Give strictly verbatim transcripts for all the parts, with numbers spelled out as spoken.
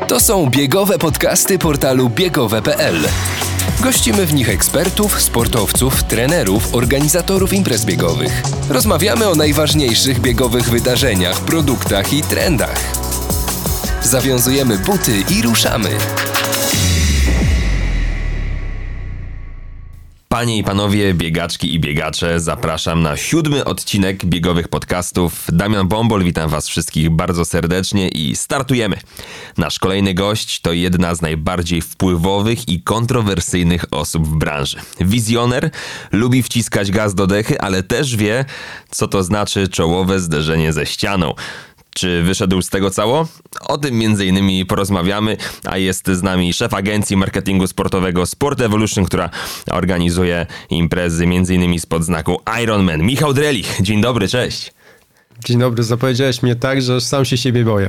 To są biegowe podcasty portalu biegowe kropka pe el. Gościmy w nich ekspertów, sportowców, trenerów, organizatorów imprez biegowych. Rozmawiamy o najważniejszych biegowych wydarzeniach, produktach i trendach. Zawiązujemy buty i ruszamy. Panie i panowie, biegaczki i biegacze, zapraszam na siódmy odcinek biegowych podcastów. Damian Bombol, witam was wszystkich bardzo serdecznie i startujemy. Nasz kolejny gość to jedna z najbardziej wpływowych i kontrowersyjnych osób w branży. Wizjoner, lubi wciskać gaz do dechy, ale też wie, co to znaczy czołowe zderzenie ze ścianą. Czy wyszedł z tego cało? O tym między innymi porozmawiamy, a jest z nami szef agencji marketingu sportowego Sport Evolution, która organizuje imprezy między innymi spod znaku Ironman. Michał Drelich, dzień dobry, cześć. Dzień dobry, zapowiedziałeś mnie tak, że sam się siebie boję.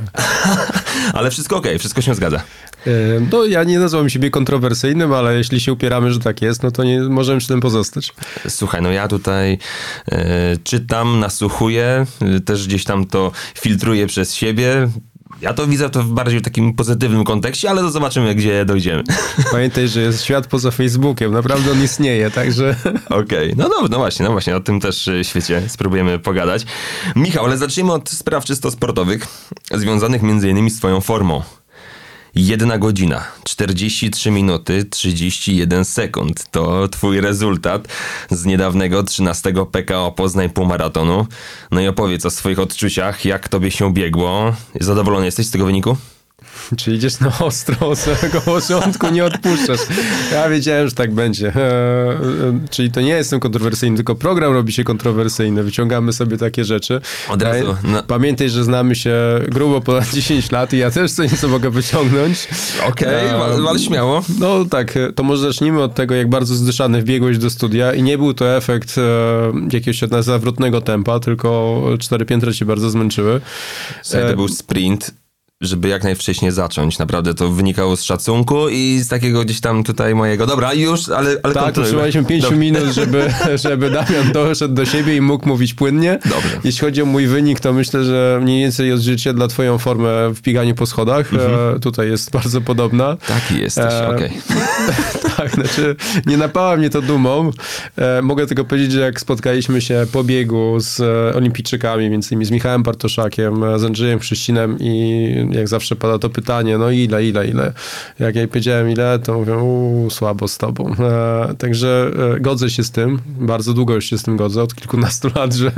Ale wszystko okej, okay, wszystko się zgadza. No ja nie nazywam siebie kontrowersyjnym, ale jeśli się upieramy, że tak jest, no to nie możemy przy tym pozostać. Słuchaj, no ja tutaj e, czytam, nasłuchuję, e, też gdzieś tam to filtruję przez siebie. Ja to widzę to w bardziej takim pozytywnym kontekście, ale to zobaczymy, gdzie dojdziemy. Pamiętaj, że jest świat poza Facebookiem, naprawdę on istnieje, także... Okej, okay. no dobrze, no właśnie, no właśnie, o tym też świecie spróbujemy pogadać. Michał, ale zacznijmy od spraw czysto sportowych, związanych między innymi z twoją formą. Jedna godzina, czterdzieści trzy minuty, trzydzieści jeden sekund. To twój rezultat z niedawnego trzynastego P K O Poznań półmaratonu. No i opowiedz o swoich odczuciach, jak tobie się biegło. Zadowolony jesteś z tego wyniku? Czy idziesz na ostro od samego początku, nie odpuszczasz. Ja wiedziałem, że tak będzie. Eee, czyli to nie jestem kontrowersyjny, tylko program robi się kontrowersyjny. Wyciągamy sobie takie rzeczy. Od razu. No. Pamiętaj, że znamy się grubo ponad dziesięć lat i ja też co nieco mogę wyciągnąć. Okej, okay, eee, ale śmiało. No tak, to może zacznijmy od tego, jak bardzo zdyszany wbiegłeś do studia i nie był to efekt e, jakiegoś zawrotnego tempa, tylko cztery piętra cię bardzo zmęczyły. Słuchaj, to był sprint, żeby jak najwcześniej zacząć. Naprawdę to wynikało z szacunku i z takiego gdzieś tam tutaj mojego... Dobra, już, ale... ale tak, potrzebowaliśmy pięciu minut, żeby, żeby Damian doszedł do siebie i mógł mówić płynnie. Dobrze. Jeśli chodzi o mój wynik, to myślę, że mniej więcej odzwierciedla twoją formę w bieganiu po schodach. Mhm. E, tutaj jest bardzo podobna. Taki jesteś, e, okej. Okay. Tak, znaczy nie napawa mnie to dumą. E, mogę tylko powiedzieć, że jak spotkaliśmy się po biegu z olimpijczykami, między innymi z Michałem Bartoszakiem, z Andrzejem Chrzcinem i jak zawsze pada to pytanie, no ile, ile, ile. Jak ja powiedziałem ile, to mówią, uuu, słabo z tobą. E, także e, godzę się z tym, bardzo długo już się z tym godzę, od kilkunastu lat, że,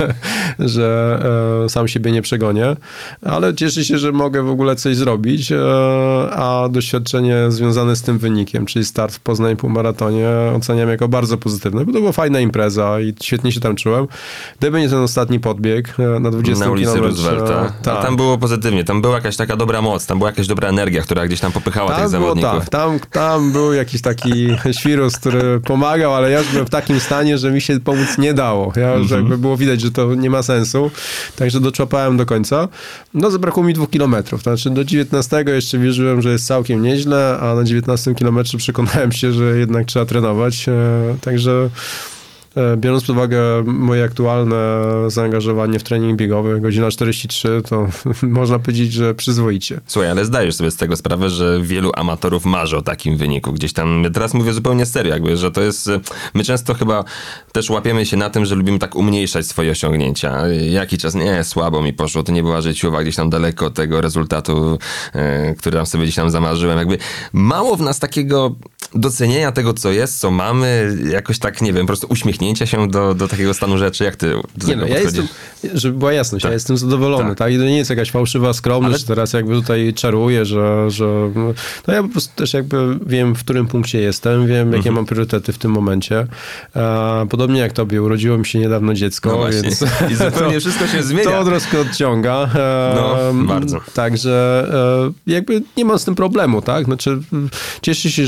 że e, sam siebie nie przegonię, ale cieszę się, że mogę w ogóle coś zrobić, e, a doświadczenie związane z tym wynikiem, czyli start w Poznań półmaratonie, oceniam jako bardzo pozytywne, bo to była fajna impreza i świetnie się tam czułem. Gdyby nie ten ostatni podbieg e, na dwudziestym na ulicy kilometrze, Roosevelta. Tak. Tam było pozytywnie, tam była jakaś taka dobra moc, tam była jakaś dobra energia, która gdzieś tam popychała tam tych było, zawodników. Tak, tam, tam był jakiś taki świrus, który pomagał, ale ja już byłem w takim stanie, że mi się pomóc nie dało. Ja już mm-hmm. jakby było widać, że to nie ma sensu, także doczłapałem do końca. No zabrakło mi dwóch kilometrów, to znaczy do dziewiętnastego jeszcze wierzyłem, że jest całkiem nieźle, a na dziewiętnastym kilometrze przekonałem się, że jednak trzeba trenować, także... Biorąc pod uwagę moje aktualne zaangażowanie w trening biegowy, godzina czterdzieści trzy, to można powiedzieć, że przyzwoicie. Słuchaj, ale zdajesz sobie z tego sprawę, że wielu amatorów marzy o takim wyniku. Gdzieś tam, teraz mówię zupełnie serio, jakby, że to jest, my często chyba też łapiemy się na tym, że lubimy tak umniejszać swoje osiągnięcia. Jaki czas, nie, słabo mi poszło, to nie była życiowa, gdzieś tam daleko od tego rezultatu, yy, który tam sobie gdzieś tam zamarzyłem. Jakby mało w nas takiego docenienia tego, co jest, co mamy, jakoś tak, nie wiem, po prostu uśmiechnięcia się do, do takiego stanu rzeczy, jak ty do nie no, ja jestem, żeby była jasność, tak. ja jestem zadowolony, tak. tak? I to nie jest jakaś fałszywa skromność, ale... teraz jakby tutaj czaruję, że, że no ja po prostu też jakby wiem, w którym punkcie jestem, wiem, jakie mm-hmm. mam priorytety w tym momencie. E, podobnie jak tobie, urodziło mi się niedawno dziecko, no więc i zupełnie to, wszystko się zmienia. To troszkę odciąga. E, no, bardzo. Także e, jakby nie mam z tym problemu, tak? Znaczy cieszę się, że, że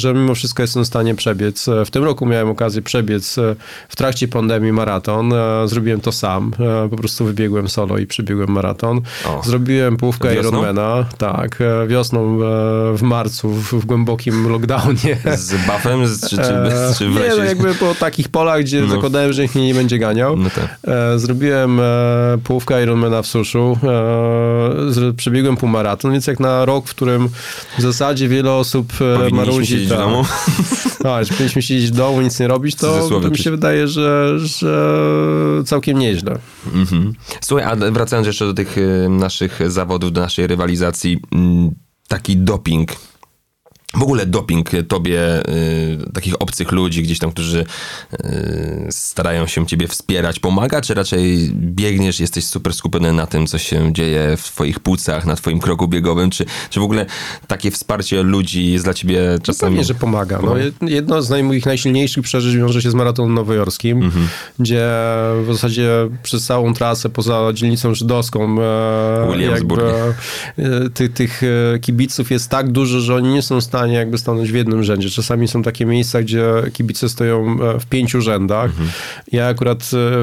że mimo wszystko jestem w stanie przebiec. W tym roku miałem okazję przebiec w trakcie pandemii maraton. Zrobiłem to sam. Po prostu wybiegłem solo i przebiegłem maraton. O. Zrobiłem połówkę Ironmana. Tak, wiosną w marcu, w, w głębokim lockdownie. Z buffem? Czy, czy, bez, czy w lesie? Nie, no jakby po takich polach, gdzie no. zakładałem, że ich mnie nie będzie ganiał. No tak. Zrobiłem połówkę Ironmana w suszu. Przebiegłem półmaraton, więc jak na rok, w którym w zasadzie wiele osób marudzi... siedzieć w domu? Tak, że powinniśmy siedzieć w domu, nic nie robić, to, to mi się wydaje, że, że całkiem nieźle. Mhm. Słuchaj, a wracając jeszcze do tych naszych zawodów, do naszej rywalizacji, taki doping... W ogóle doping tobie, y, takich obcych ludzi gdzieś tam, którzy y, starają się ciebie wspierać, pomaga, czy raczej biegniesz, jesteś super skupiony na tym, co się dzieje w twoich płucach, na twoim kroku biegowym, czy, czy w ogóle takie wsparcie ludzi jest dla ciebie czasami... Pewnie, że pomaga. No, jedno z moich najsilniejszych przeżyć wiąże się z maratonem nowojorskim, mhm. gdzie w zasadzie przez całą trasę, poza dzielnicą żydowską, Williamsburg, jakby, ty, tych kibiców jest tak dużo, że oni nie są w stanie jakby stanąć w jednym rzędzie. Czasami są takie miejsca, gdzie kibice stoją w pięciu rzędach. Mhm. Ja akurat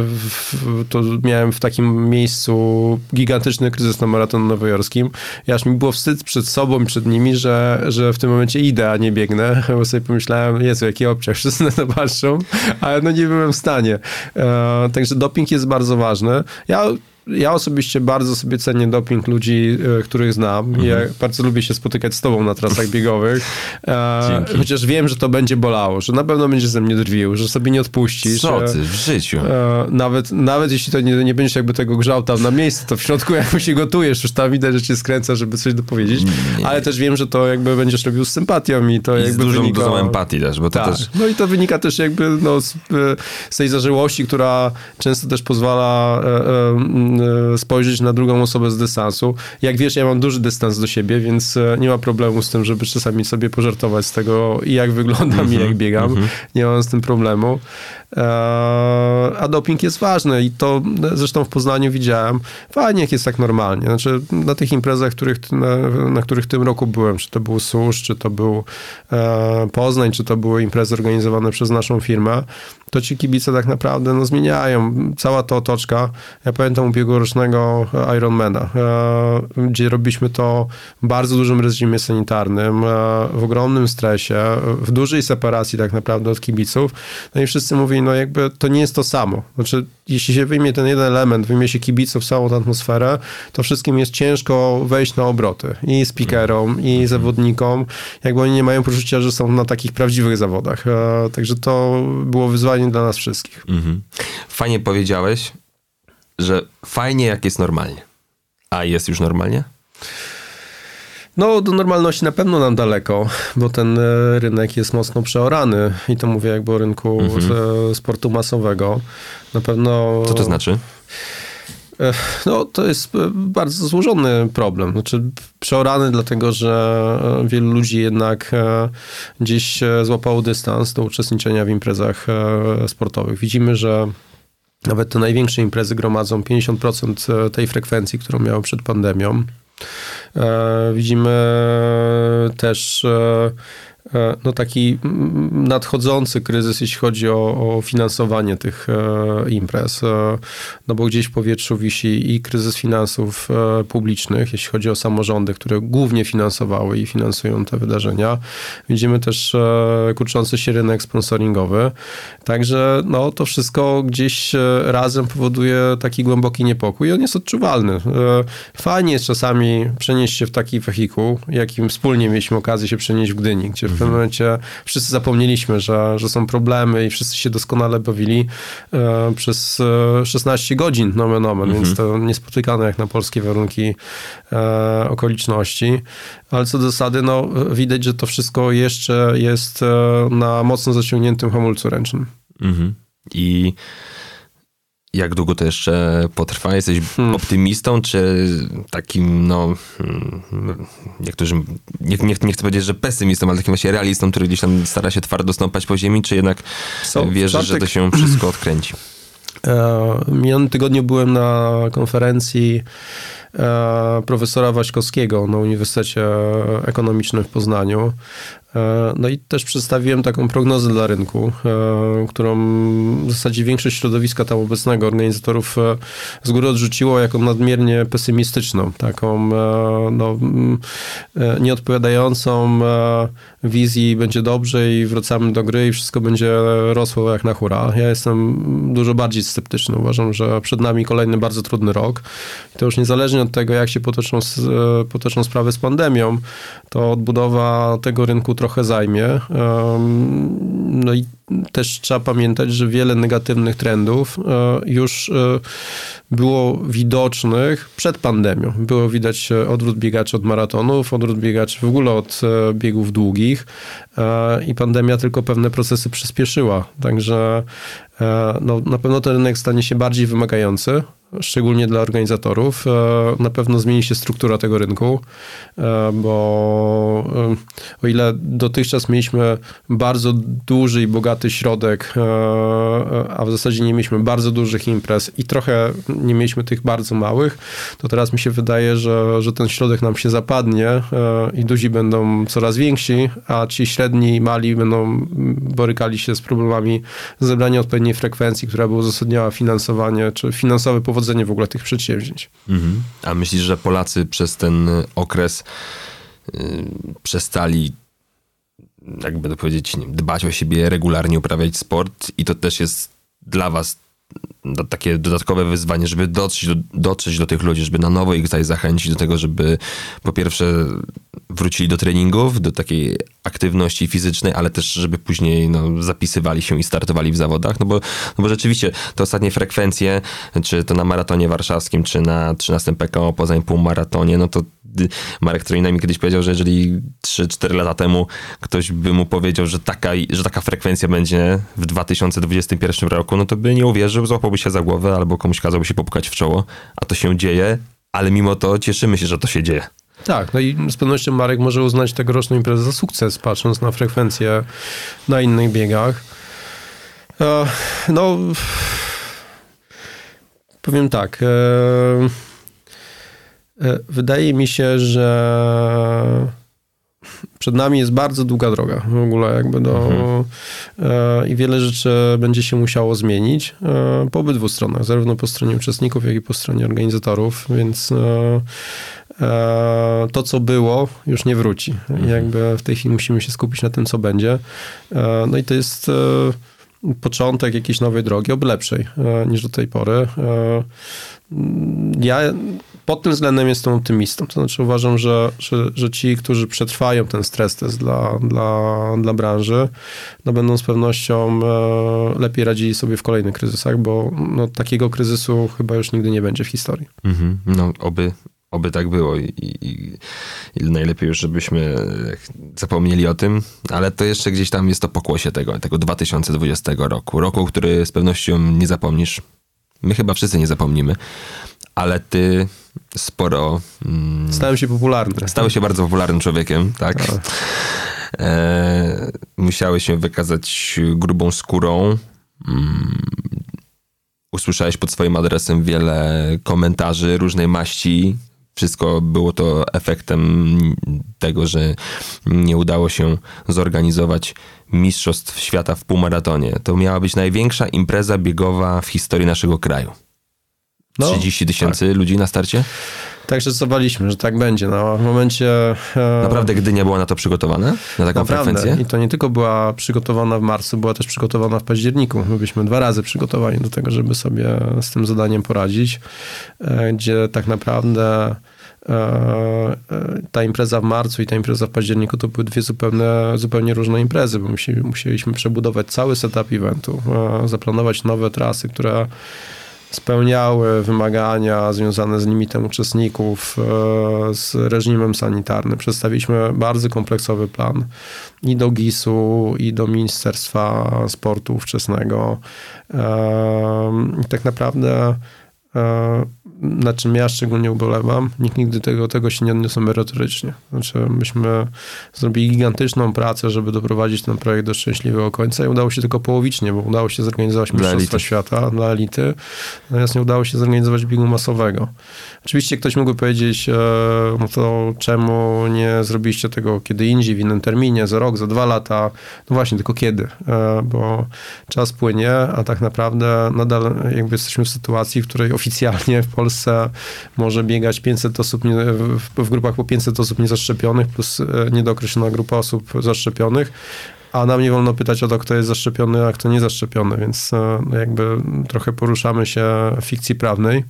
w, to miałem w takim miejscu gigantyczny kryzys na maratonie nowojorskim. I aż mi było wstyd przed sobą i przed nimi, że, że w tym momencie idę, a nie biegnę. Bo sobie pomyślałem, Jezu, jaki obciach, wszyscy na to patrzą, ale no nie byłem w stanie. E, także doping jest bardzo ważny. Ja Ja osobiście bardzo sobie cenię doping ludzi, których znam. Mhm. Ja bardzo lubię się spotykać z tobą na trasach biegowych. E, chociaż wiem, że to będzie bolało, że na pewno będziesz ze mnie drwił, że sobie nie odpuścisz. Co ty, w życiu? E, nawet, nawet jeśli to nie, nie będziesz jakby tego grzał tam na miejscu, to w środku jakby się gotujesz, już tam widać, że cię skręca, żeby coś dopowiedzieć. Nie. Ale też wiem, że to jakby będziesz robił z sympatią i to I jakby z dużą, wynika... dużą empatii też, bo to tak. też... No i to wynika też jakby no, z, z tej zażyłości, która często też pozwala e, e, spojrzeć na drugą osobę z dystansu. Jak wiesz, ja mam duży dystans do siebie, więc nie ma problemu z tym, żeby czasami sobie pożartować z tego, jak wyglądam mm-hmm, i jak biegam. Mm-hmm. Nie mam z tym problemu. A doping jest ważny i to zresztą w Poznaniu widziałem. Fajnie, jak jest tak normalnie. Znaczy na tych imprezach, których, na, na których w tym roku byłem, czy to był Susz, czy to był e, Poznań, czy to były imprezy organizowane przez naszą firmę, to ci kibice tak naprawdę no, zmieniają. Cała ta otoczka. Ja pamiętam ubiegłorocznego Ironmana, e, gdzie robiliśmy to w bardzo dużym reżimie sanitarnym, e, w ogromnym stresie, w dużej separacji tak naprawdę od kibiców. No i wszyscy mówili, no jakby to nie jest to samo. Znaczy, jeśli się wyjmie ten jeden element, wyjmie się kibiców, całą tę atmosferę, to wszystkim jest ciężko wejść na obroty. I speakerom, i mm. zawodnikom. Jakby oni nie mają poczucia, że są na takich prawdziwych zawodach. E, także to było wyzwanie dla nas wszystkich. Mm-hmm. Fajnie powiedziałeś, że fajnie jak jest normalnie. A jest już normalnie? No, do normalności na pewno nam daleko, bo ten rynek jest mocno przeorany i to mówię jakby o rynku mm-hmm. sportu masowego. Na pewno... Co to znaczy? No, to jest bardzo złożony problem. Znaczy, przeorany dlatego, że wielu ludzi jednak gdzieś złapało dystans do uczestniczenia w imprezach sportowych. Widzimy, że nawet te największe imprezy gromadzą pięćdziesiąt procent tej frekwencji, którą miały przed pandemią. Widzimy też no taki nadchodzący kryzys, jeśli chodzi o, o finansowanie tych e, imprez, e, no bo gdzieś w powietrzu wisi i kryzys finansów e, publicznych, jeśli chodzi o samorządy, które głównie finansowały i finansują te wydarzenia. Widzimy też e, kurczący się rynek sponsoringowy. Także no, to wszystko gdzieś razem powoduje taki głęboki niepokój i on jest odczuwalny. E, fajnie jest czasami przenieść się w taki wehikuł, jakim wspólnie mieliśmy okazję się przenieść w Gdyni, gdzie w pewnym momencie wszyscy zapomnieliśmy, że, że są problemy i wszyscy się doskonale bawili e, przez szesnaście godzin, nomen omen, mhm. więc to niespotykane jak na polskie warunki e, okoliczności. Ale co do zasady, no widać, że to wszystko jeszcze jest e, na mocno zaciągniętym hamulcu ręcznym. Mhm. I jak długo to jeszcze potrwa? Jesteś hmm. optymistą, czy takim, no, niektórzy, nie, nie, nie chcę powiedzieć, że pesymistą, ale takim właśnie realistą, który gdzieś tam stara się twardo stąpać po ziemi, czy jednak so, wierzysz, czwartek... że to się wszystko odkręci? W minionym tygodniu byłem na konferencji profesora Waśkowskiego na Uniwersytecie Ekonomicznym w Poznaniu. No i też przedstawiłem taką prognozę dla rynku, którą w zasadzie większość środowiska tam obecnego, organizatorów z góry odrzuciło jako nadmiernie pesymistyczną, taką no, nieodpowiadającą wizji będzie dobrze i wracamy do gry i wszystko będzie rosło jak na hura. Ja jestem dużo bardziej sceptyczny. Uważam, że przed nami kolejny bardzo trudny rok. I to już niezależnie od tego, jak się potoczą, potoczą sprawy z pandemią, to odbudowa tego rynku trochę zajmie. No i też trzeba pamiętać, że wiele negatywnych trendów już było widocznych przed pandemią. Było widać odwrót biegaczy od maratonów, odwrót biegaczy w ogóle od biegów długich i pandemia tylko pewne procesy przyspieszyła. Także no, na pewno ten rynek stanie się bardziej wymagający, szczególnie dla organizatorów. Na pewno zmieni się struktura tego rynku, bo o ile dotychczas mieliśmy bardzo duży i bogaty środek, a w zasadzie nie mieliśmy bardzo dużych imprez i trochę nie mieliśmy tych bardzo małych, to teraz mi się wydaje, że, że ten środek nam się zapadnie i duzi będą coraz więksi, a ci średni i mali będą borykali się z problemami zebrania odpowiedniej frekwencji, która by uzasadniała finansowanie, czy finansowe powodzenie w ogóle tych przedsięwzięć. Mhm. A myślisz, że Polacy przez ten okres yy, przestali, jakby to powiedzieć, nie, dbać o siebie, regularnie uprawiać sport i to też jest dla was do, takie dodatkowe wyzwanie, żeby dotrzeć do, dotrzeć do tych ludzi, żeby na nowo ich tutaj zachęcić do tego, żeby po pierwsze wrócili do treningów, do takiej aktywności fizycznej, ale też żeby później no, zapisywali się i startowali w zawodach, no bo, no bo rzeczywiście te ostatnie frekwencje, czy to na maratonie warszawskim, czy na trzynastym P K O Poznań półmaratonie, no to Marek Trojna mi kiedyś powiedział, że jeżeli trzy cztery lata temu ktoś by mu powiedział, że taka, że taka frekwencja będzie w dwa tysiące dwudziestym pierwszym roku, no to by nie uwierzył, złapałby się za głowę albo komuś kazałby się popukać w czoło, a to się dzieje, ale mimo to cieszymy się, że to się dzieje. Tak, no i z pewnością Marek może uznać tegoroczną imprezę za sukces, patrząc na frekwencję na innych biegach. No, powiem tak. Wydaje mi się, że przed nami jest bardzo długa droga w ogóle jakby do mhm. e, i wiele rzeczy będzie się musiało zmienić e, po obydwu stronach, zarówno po stronie uczestników, jak i po stronie organizatorów, więc e, e, to, co było, już nie wróci. Mhm. Jakby w tej chwili musimy się skupić na tym, co będzie. E, no i to jest e, początek jakiejś nowej drogi, oby lepszej e, niż do tej pory. E, ja pod tym względem jestem optymistą. To znaczy uważam, że, że, że ci, którzy przetrwają ten stres test dla, dla, dla branży, no będą z pewnością e, lepiej radzili sobie w kolejnych kryzysach, bo no, takiego kryzysu chyba już nigdy nie będzie w historii. Mm-hmm. No oby, oby tak było i, i, i najlepiej już, żebyśmy zapomnieli o tym, ale to jeszcze gdzieś tam jest to pokłosie tego, tego dwa tysiące dwudziestego roku. Roku, który z pewnością nie zapomnisz. My chyba wszyscy nie zapomnimy, ale ty sporo... Mm, Stałem się popularny. Stałeś się bardzo popularnym człowiekiem, tak? E, musiałeś się wykazać grubą skórą. Mm, usłyszałeś pod swoim adresem wiele komentarzy różnej maści. Wszystko było to efektem tego, że nie udało się zorganizować Mistrzostw Świata w półmaratonie. To miała być największa impreza biegowa w historii naszego kraju. No, trzydzieści tysięcy tak. ludzi na starcie? Tak szacowaliśmy, że tak będzie. No, w momencie... E... Naprawdę Gdynia była na to przygotowana? Na taką Naprawdę. frekwencję? I to nie tylko była przygotowana w marcu, była też przygotowana w październiku. My byliśmy dwa razy przygotowani do tego, żeby sobie z tym zadaniem poradzić, e, gdzie tak naprawdę e, ta impreza w marcu i ta impreza w październiku to były dwie zupełnie, zupełnie różne imprezy, bo musieli, musieliśmy przebudować cały setup eventu, e, zaplanować nowe trasy, które spełniały wymagania związane z limitem uczestników, z reżimem sanitarnym. Przedstawiliśmy bardzo kompleksowy plan i do gisu, i do Ministerstwa Sportu Ówczesnego. I tak naprawdę na czym ja szczególnie ubolewam, nikt nigdy tego, tego się nie odniósł merytorycznie. Znaczy, myśmy zrobili gigantyczną pracę, żeby doprowadzić ten projekt do szczęśliwego końca i udało się tylko połowicznie, bo udało się zorganizować Mistrzostwa Świata dla elity, natomiast nie udało się zorganizować biegu masowego. Oczywiście ktoś mógłby powiedzieć, no to czemu nie zrobiliście tego kiedy indziej, w innym terminie, za rok, za dwa lata? No właśnie, tylko kiedy? Bo czas płynie, a tak naprawdę nadal jakby jesteśmy w sytuacji, w której oficjalnie w Polsce może biegać pięćset osób, nie, w, w grupach po pięćset osób niezaszczepionych plus niedookreślona grupa osób zaszczepionych, a nam nie wolno pytać o to, kto jest zaszczepiony, a kto niezaszczepiony, więc no jakby trochę poruszamy się w fikcji prawnej.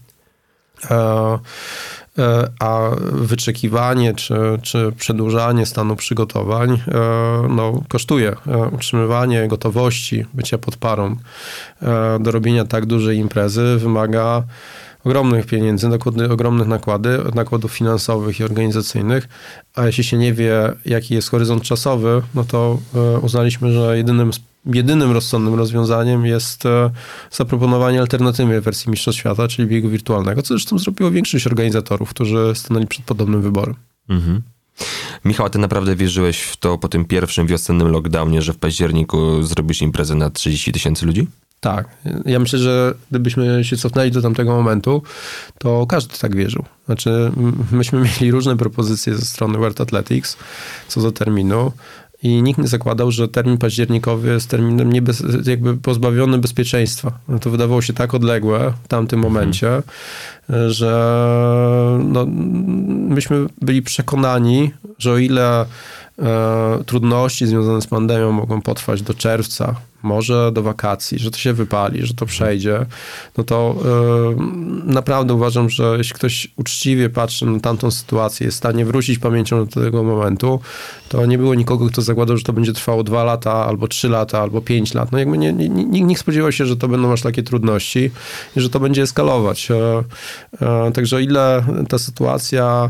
A wyczekiwanie czy, czy przedłużanie stanu przygotowań no, kosztuje. Utrzymywanie gotowości, bycia pod parą do robienia tak dużej imprezy wymaga ogromnych pieniędzy, nakłady, ogromnych nakłady, nakładów finansowych i organizacyjnych, a jeśli się nie wie, jaki jest horyzont czasowy, no to uznaliśmy, że jedynym Jedynym rozsądnym rozwiązaniem jest zaproponowanie alternatywnej wersji Mistrzostw Świata, czyli biegu wirtualnego, co zresztą zrobiło większość organizatorów, którzy stanęli przed podobnym wyborem. Mhm. Michał, a ty naprawdę wierzyłeś w to po tym pierwszym wiosennym lockdownie, że w październiku zrobisz imprezę na trzydzieści tysięcy ludzi? Tak. Ja myślę, że gdybyśmy się cofnęli do tamtego momentu, to każdy tak wierzył. Znaczy, myśmy mieli różne propozycje ze strony World Athletics co do terminu. I nikt nie zakładał, że termin październikowy jest terminem niebez, jakby pozbawiony bezpieczeństwa. No to wydawało się tak odległe w tamtym momencie, mhm. że no, myśmy byli przekonani, że o ile e, trudności związane z pandemią mogą potrwać do czerwca, może do wakacji, że to się wypali, że to przejdzie, no to yy, naprawdę uważam, że jeśli ktoś uczciwie patrzy na tamtą sytuację, jest w stanie wrócić pamięcią do tego momentu, to nie było nikogo, kto zakładał, że to będzie trwało dwa lata, albo trzy lata, albo pięć lat. No jakby nie, nie, nikt nie spodziewał się, że to będą aż takie trudności i że to będzie eskalować. Yy, yy, także o ile ta sytuacja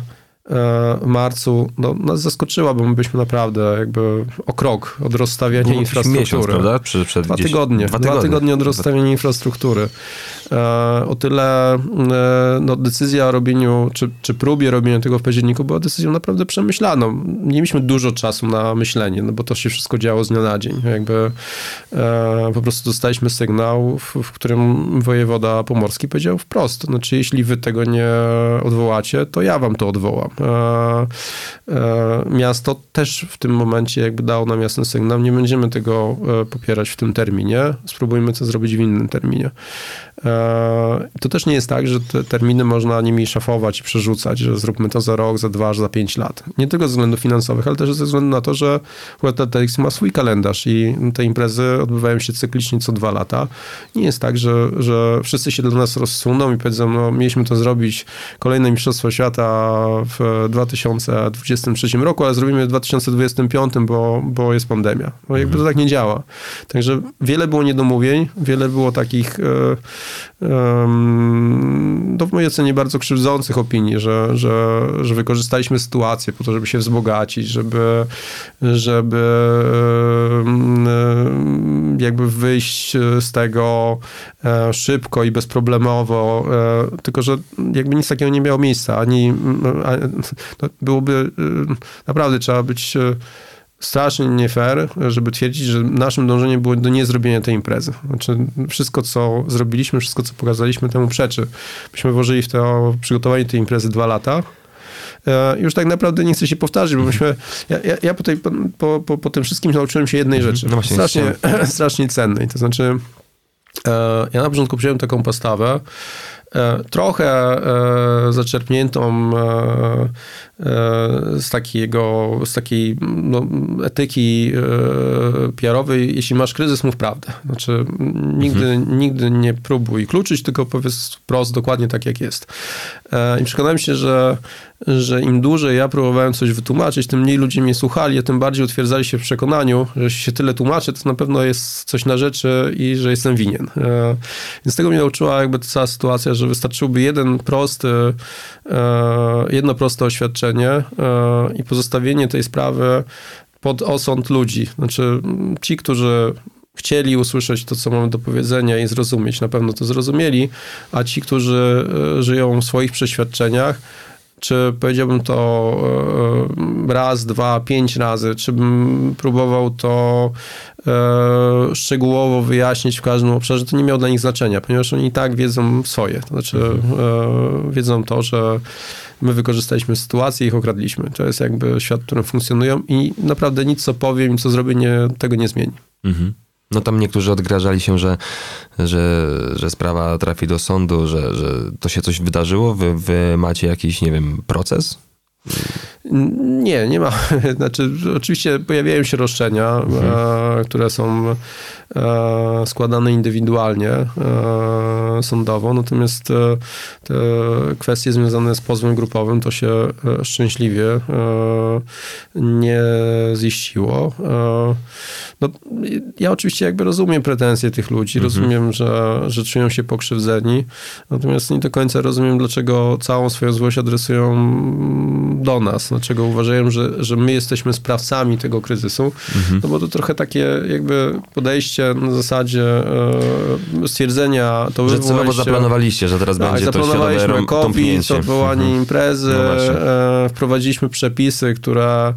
w marcu no, nas zaskoczyła, bo my byliśmy naprawdę jakby o krok od rozstawiania Było infrastruktury. Miesiąc, prawda? Przed, przed dwa, gdzieś... tygodnie, dwa tygodnie. Dwa tygodnie od rozstawiania infrastruktury. E, o tyle e, no, decyzja o robieniu, czy, czy próbie robienia tego w październiku była decyzją naprawdę przemyślaną. Nie mieliśmy dużo czasu na myślenie, no bo to się wszystko działo z dnia na dzień. Jakby e, po prostu dostaliśmy sygnał, w, w którym wojewoda pomorski powiedział wprost, znaczy jeśli wy tego nie odwołacie, to ja wam to odwołam. E, e, miasto też w tym momencie jakby dało nam jasny sygnał, nie będziemy tego e, popierać w tym terminie, spróbujmy to zrobić w innym terminie. E, to też nie jest tak, że te terminy można nimi szafować i przerzucać, że zróbmy to za rok, za dwa, za pięć lat. Nie tylko ze względów finansowych, ale też ze względu na to, że World Athletics ma swój kalendarz i te imprezy odbywają się cyklicznie co dwa lata. Nie jest tak, że, że wszyscy się dla nas rozsuną i powiedzą, no mieliśmy to zrobić kolejne Mistrzostwa Świata w dwa tysiące dwudziestym trzecim roku, ale zrobimy w dwa tysiące dwudziestym piątym, bo, bo jest pandemia. No jakby to tak nie działa. Także wiele było niedomówień, wiele było takich e, e, no w mojej ocenie bardzo krzywdzących opinii, że, że, że wykorzystaliśmy sytuację po to, żeby się wzbogacić, żeby, żeby e, jakby wyjść z tego e, szybko i bezproblemowo, e, tylko że jakby nic takiego nie miało miejsca, ani no, byłoby naprawdę trzeba być strasznie nie fair, żeby twierdzić, że naszym dążeniem było do niezrobienia tej imprezy. Znaczy wszystko, co zrobiliśmy, wszystko, co pokazaliśmy, temu przeczy. Myśmy włożyli w to przygotowanie tej imprezy dwa lata. Już tak naprawdę nie chcę się powtarzać, bo myśmy, ja, ja, ja po, tej, po, po, po tym wszystkim nauczyłem się jednej rzeczy. No strasznie, strasznie cennej. To znaczy ja na początku przyjąłem taką postawę, trochę e, zaczerpniętą e, e, z takiego, z takiej no, etyki e, P R-owej. Jeśli masz kryzys, mów prawdę. Znaczy nigdy, mhm. nigdy nie próbuj kluczyć, tylko powiedz wprost dokładnie tak, jak jest. E, I przekonałem się, że, że im dłużej ja próbowałem coś wytłumaczyć, tym mniej ludzie mnie słuchali, a tym bardziej utwierdzali się w przekonaniu, że jeśli się tyle tłumaczę, to na pewno jest coś na rzeczy i że jestem winien. E, więc tego mnie nauczyła jakby ta cała sytuacja, że wystarczyłby jeden prosty, jedno proste oświadczenie i pozostawienie tej sprawy pod osąd ludzi. Znaczy ci, którzy chcieli usłyszeć to, co mamy do powiedzenia i zrozumieć, na pewno to zrozumieli, a ci, którzy żyją w swoich przeświadczeniach, czy powiedziałbym to raz, dwa, pięć razy, czy bym próbował to e, szczegółowo wyjaśnić w każdym obszarze, to nie miało dla nich znaczenia, ponieważ oni i tak wiedzą swoje. To znaczy e, wiedzą to, że my wykorzystaliśmy sytuację i ich okradliśmy. To jest jakby świat, w którym funkcjonują i naprawdę nic, co powiem i co zrobię, nie, tego nie zmieni. Mhm. No tam niektórzy odgrażali się, że, że, że sprawa trafi do sądu, że, że to się coś wydarzyło. Wy, wy macie jakiś, nie wiem, proces? Nie, nie ma. Znaczy, oczywiście pojawiają się roszczenia, mhm. e, które są e, składane indywidualnie e, sądowo, natomiast e, te kwestie związane z pozwem grupowym to się e, szczęśliwie e, nie ziściło. E, no, ja oczywiście jakby rozumiem pretensje tych ludzi, mhm. rozumiem, że, że czują się pokrzywdzeni, natomiast nie do końca rozumiem, dlaczego całą swoją złość adresują do nas. Dlaczego uważają, że, że my jesteśmy sprawcami tego kryzysu. Mhm. No bo to trochę takie jakby podejście na zasadzie e, stwierdzenia... To że celowo zaplanowaliście, że teraz tak, będzie to światowe COVID, odwołanie mhm. imprezy, no e, wprowadziliśmy przepisy, które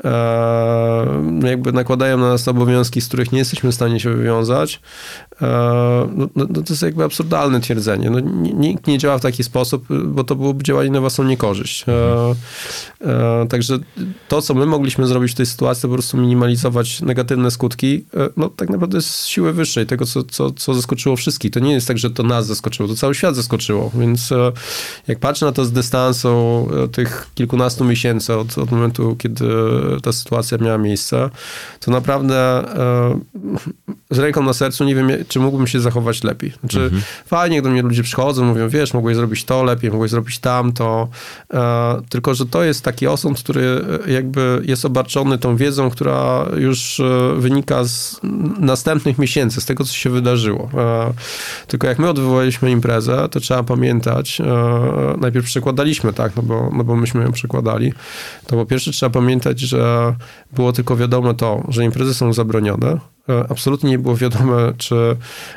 e, jakby nakładają na nas obowiązki, z których nie jesteśmy w stanie się wywiązać. E, no, no, to jest jakby absurdalne twierdzenie. No, nikt nie działa w taki sposób, bo to byłoby działanie na własną niekorzyść. E, e, także to, co my mogliśmy zrobić w tej sytuacji, to po prostu minimalizować negatywne skutki, e, no tak naprawdę z siły wyższej, tego, co, co, co zaskoczyło wszystkich. To nie jest tak, że to nas zaskoczyło, to cały świat zaskoczyło. Więc e, jak patrzę na to z dystansu e, tych kilkunastu miesięcy od, od momentu, kiedy ta sytuacja miała miejsce, to naprawdę e, z ręką na sercu nie wiem, czy mógłbym się zachować lepiej. Znaczy, mhm. fajnie, gdy mnie ludzie przychodzą, mówią, wiesz, mogłeś zrobić to lepiej, mogłeś zrobić tamto, e, tylko, że to jest taki osąd, który jakby jest obarczony tą wiedzą, która już wynika z następnych miesięcy, z tego, co się wydarzyło. E, tylko jak my odwołaliśmy imprezę, to trzeba pamiętać, e, najpierw przekładaliśmy, tak, no bo, no bo myśmy ją przekładali, to po pierwsze trzeba pamiętać, że było tylko wiadome to, że imprezy są zabronione. Absolutnie nie było wiadome, czy e,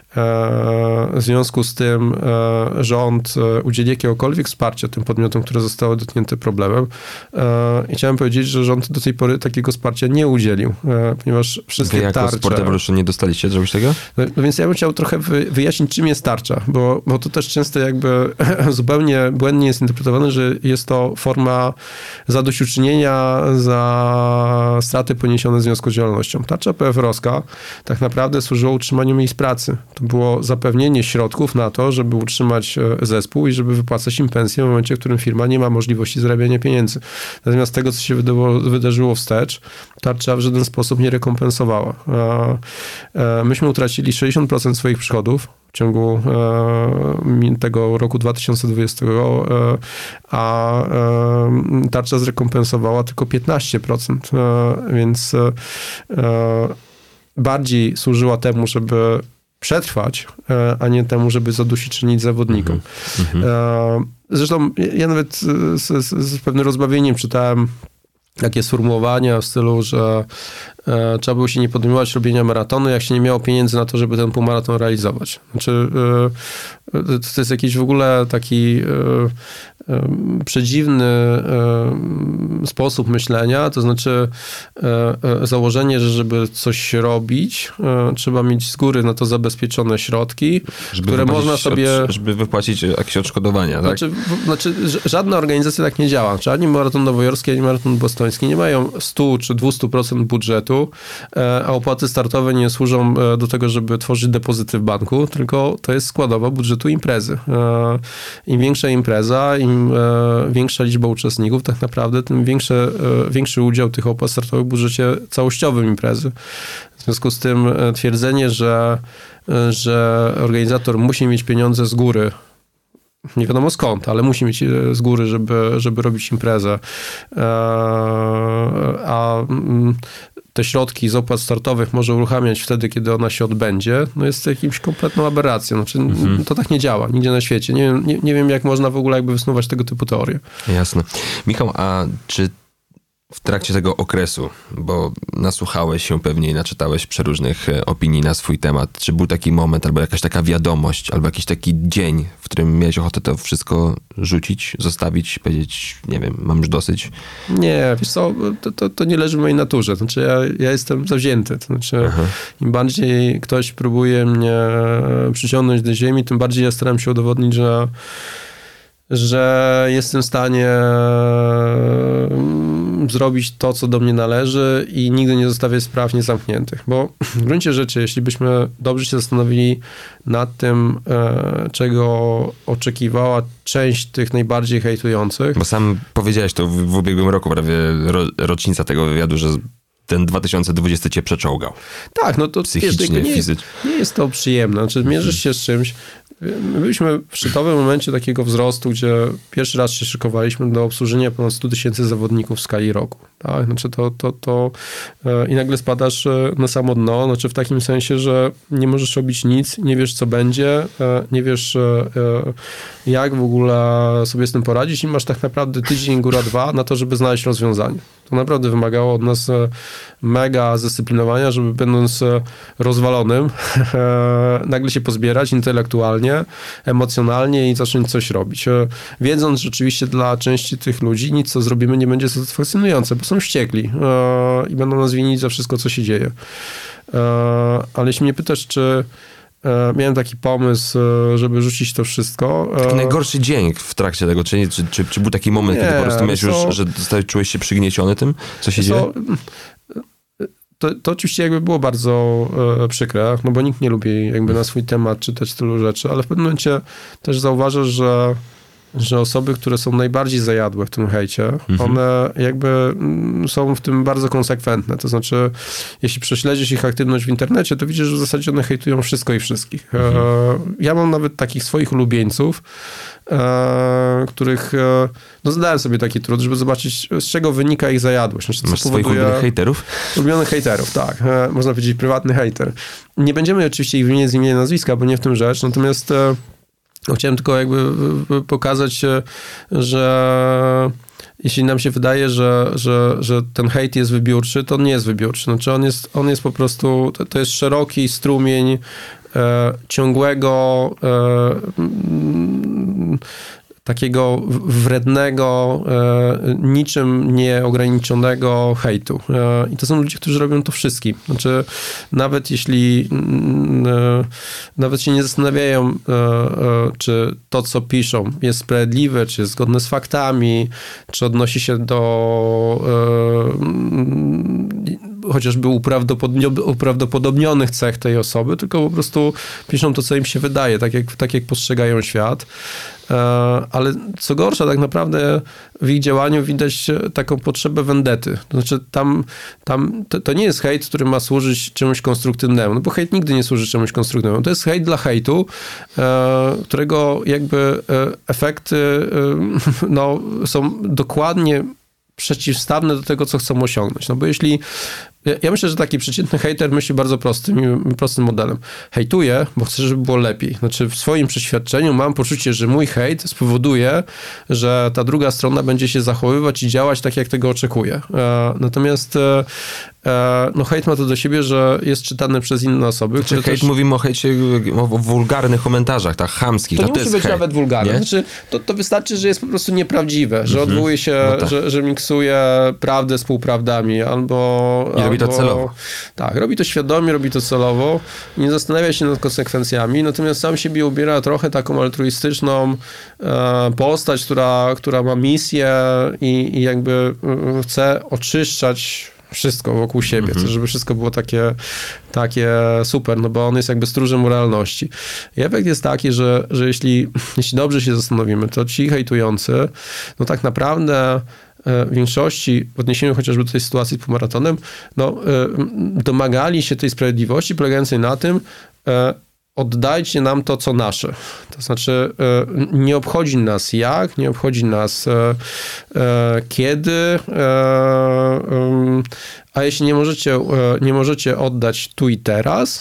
w związku z tym e, rząd e, udzieli jakiegokolwiek wsparcia tym podmiotom, które zostały dotknięte problemem. E, I chciałem powiedzieć, że rząd do tej pory takiego wsparcia nie udzielił, e, ponieważ wszystkie Wy jako tarcze... Sport Evolution nie dostaliście czegoś tego? No, no więc ja bym chciał trochę wy, wyjaśnić, czym jest tarcza, bo, bo to też często jakby zupełnie błędnie jest interpretowane, że jest to forma zadośćuczynienia za straty poniesione w związku z działalnością. Tarcza P F R owska tak naprawdę służyło utrzymaniu miejsc pracy. To było zapewnienie środków na to, żeby utrzymać zespół i żeby wypłacać im pensję w momencie, w którym firma nie ma możliwości zarabiania pieniędzy. Natomiast tego, co się wydarzyło, wydarzyło wstecz, tarcza w żaden sposób nie rekompensowała. Myśmy utracili sześćdziesiąt procent swoich przychodów w ciągu e, tego roku dwa tysiące dwudziestego, e, a e, tarcza zrekompensowała tylko piętnaście procent, e, więc e, bardziej służyła temu, żeby przetrwać, e, a nie temu, żeby zadusić czynić zawodnikom. Mm-hmm. e, zresztą ja nawet z, z, z pewnym rozbawieniem czytałem takie sformułowania w stylu, że e, trzeba było się nie podejmować robienia maratonu, jak się nie miało pieniędzy na to, żeby ten półmaraton realizować. Znaczy, e, to jest jakiś w ogóle taki e, e, przedziwny e, sposób myślenia, to znaczy e, e, założenie, że żeby coś robić, e, trzeba mieć z góry na to zabezpieczone środki, żeby które można sobie... Od, żeby wypłacić jakieś odszkodowania, tak? Znaczy, w, znaczy, żadna organizacja tak nie działa. Czy ani maraton nowojorski, ani maraton bostoński nie mają sto czy dwieście procent budżetu, a opłaty startowe nie służą do tego, żeby tworzyć depozyty w banku, tylko to jest składowa budżetu imprezy. Im większa impreza, im większa liczba uczestników, tak naprawdę tym większy, większy udział tych opłat startowych w budżecie całościowym imprezy. W związku z tym twierdzenie, że, że organizator musi mieć pieniądze z góry, nie wiadomo skąd, ale musi mieć z góry, żeby, żeby robić imprezę. A te środki z opłat startowych może uruchamiać wtedy, kiedy ona się odbędzie, no jest jakimś kompletną aberracją. Znaczy, mhm. To tak nie działa nigdzie na świecie. Nie, nie, nie wiem, jak można w ogóle jakby wysnuwać tego typu teorie. Jasne. Michał, a czy W trakcie tego okresu, bo nasłuchałeś się pewnie i naczytałeś przeróżnych opinii na swój temat. Czy był taki moment, albo jakaś taka wiadomość, albo jakiś taki dzień, w którym miałeś ochotę to wszystko rzucić, zostawić, powiedzieć, nie wiem, mam już dosyć? Nie, wiesz co, to, to, to nie leży w mojej naturze. Znaczy ja, ja jestem zawzięty. To znaczy Aha. im bardziej ktoś próbuje mnie przyciągnąć do ziemi, tym bardziej ja staram się udowodnić, że że jestem w stanie zrobić to, co do mnie należy i nigdy nie zostawię spraw niezamkniętych. Bo w gruncie rzeczy, jeśli byśmy dobrze się zastanowili nad tym, czego oczekiwała część tych najbardziej hejtujących. Bo sam powiedziałeś to w, w ubiegłym roku, prawie ro, rocznica tego wywiadu, że ten dwa tysiące dwudziesty cię przeczołgał. Tak, no to psychicznie, wiesz, nie, fizycznie. Jest, nie jest to przyjemne. Znaczy, mierzysz się z czymś. My byliśmy w szczytowym momencie takiego wzrostu, gdzie pierwszy raz się szykowaliśmy do obsłużenia ponad sto tysięcy zawodników w skali roku. Tak? Znaczy to, to, to i nagle spadasz na samo dno, znaczy w takim sensie, że nie możesz robić nic, nie wiesz, co będzie, nie wiesz, jak w ogóle sobie z tym poradzić i masz tak naprawdę tydzień, góra dwa na to, żeby znaleźć rozwiązanie. To naprawdę wymagało od nas mega zdyscyplinowania, żeby będąc rozwalonym, nagle się pozbierać intelektualnie, emocjonalnie i zacząć coś robić. Wiedząc, że rzeczywiście dla części tych ludzi nic, co zrobimy, nie będzie satysfakcjonujące, bo są wściekli i będą nas winić za wszystko, co się dzieje. Ale jeśli mnie pytasz, czy miałem taki pomysł, żeby rzucić to wszystko. Taki najgorszy dzień w trakcie tego, czy, czy, czy, czy był taki moment, nie, kiedy po prostu miałeś już, że zostałeś, czułeś się przygnieciony tym, co się dzieje? To, to oczywiście jakby było bardzo e, przykre, no bo nikt nie lubi jakby na swój temat czytać tylu rzeczy, ale w pewnym momencie też zauważasz, że że osoby, które są najbardziej zajadłe w tym hejcie, mhm. one jakby są w tym bardzo konsekwentne. To znaczy, jeśli prześledzisz ich aktywność w internecie, to widzisz, że w zasadzie one hejtują wszystko i wszystkich. Mhm. Ja mam nawet takich swoich ulubieńców, których, no zadałem sobie taki trud, żeby zobaczyć, z czego wynika ich zajadłość. Znaczy, co Masz powoduje... swoich ulubionych hejterów? Ulubionych hejterów, tak. Można powiedzieć prywatny hejter. Nie będziemy oczywiście ich wymieniać z imienia i nazwiska, bo nie w tym rzecz, natomiast chciałem tylko jakby pokazać, że jeśli nam się wydaje, że, że, że ten hejt jest wybiórczy, to on nie jest wybiórczy. Znaczy on jest, on jest po prostu, to, to jest szeroki strumień e, ciągłego e, takiego wrednego, e, niczym nieograniczonego hejtu. E, I to są ludzie, którzy robią to wszystkim. Znaczy, nawet jeśli e, nawet się nie zastanawiają, e, e, czy to, co piszą, jest sprawiedliwe, czy jest zgodne z faktami, czy odnosi się do e, chociażby uprawdopodobnionych cech tej osoby, tylko po prostu piszą to, co im się wydaje, tak jak, tak jak postrzegają świat. Ale co gorsza, tak naprawdę w ich działaniu widać taką potrzebę wendety. To znaczy tam, tam to, to nie jest hejt, który ma służyć czemuś konstruktywnemu, no bo hejt nigdy nie służy czemuś konstruktywnemu. To jest hejt dla hejtu, którego jakby efekty no, są dokładnie przeciwstawne do tego, co chcą osiągnąć. No bo jeśli ja myślę, że taki przeciętny hejter myśli bardzo prostym, prostym modelem. Hejtuję, bo chcę, żeby było lepiej. Znaczy w swoim przeświadczeniu mam poczucie, że mój hejt spowoduje, że ta druga strona będzie się zachowywać i działać tak, jak tego oczekuje. Natomiast no hejt ma to do siebie, że jest czytany przez inne osoby. Znaczy, hejt też... mówimy o hejcie, o wulgarnych komentarzach, tak, chamskich. To no nie to musi jest być hejt, nawet wulgarne. Znaczy, to, to wystarczy, że jest po prostu nieprawdziwe, że mhm. odwołuje się, no tak. że, że miksuje prawdę z półprawdami, albo... I robi to celowo. Tak, robi to świadomie, robi to celowo, nie zastanawia się nad konsekwencjami, natomiast sam siebie ubiera trochę taką altruistyczną e, postać, która, która ma misję i, i jakby e, chce oczyszczać wszystko wokół siebie, mm-hmm. żeby wszystko było takie, takie super, no bo on jest jakby stróżem moralności. I efekt jest taki, że, że jeśli, jeśli dobrze się zastanowimy, to ci hejtujący, no tak naprawdę w większości, w odniesieniu chociażby do tej sytuacji z półmaratonem, no, domagali się tej sprawiedliwości polegającej na tym, oddajcie nam to, co nasze. To znaczy, nie obchodzi nas jak, nie obchodzi nas kiedy, a jeśli nie możecie, nie możecie oddać tu i teraz,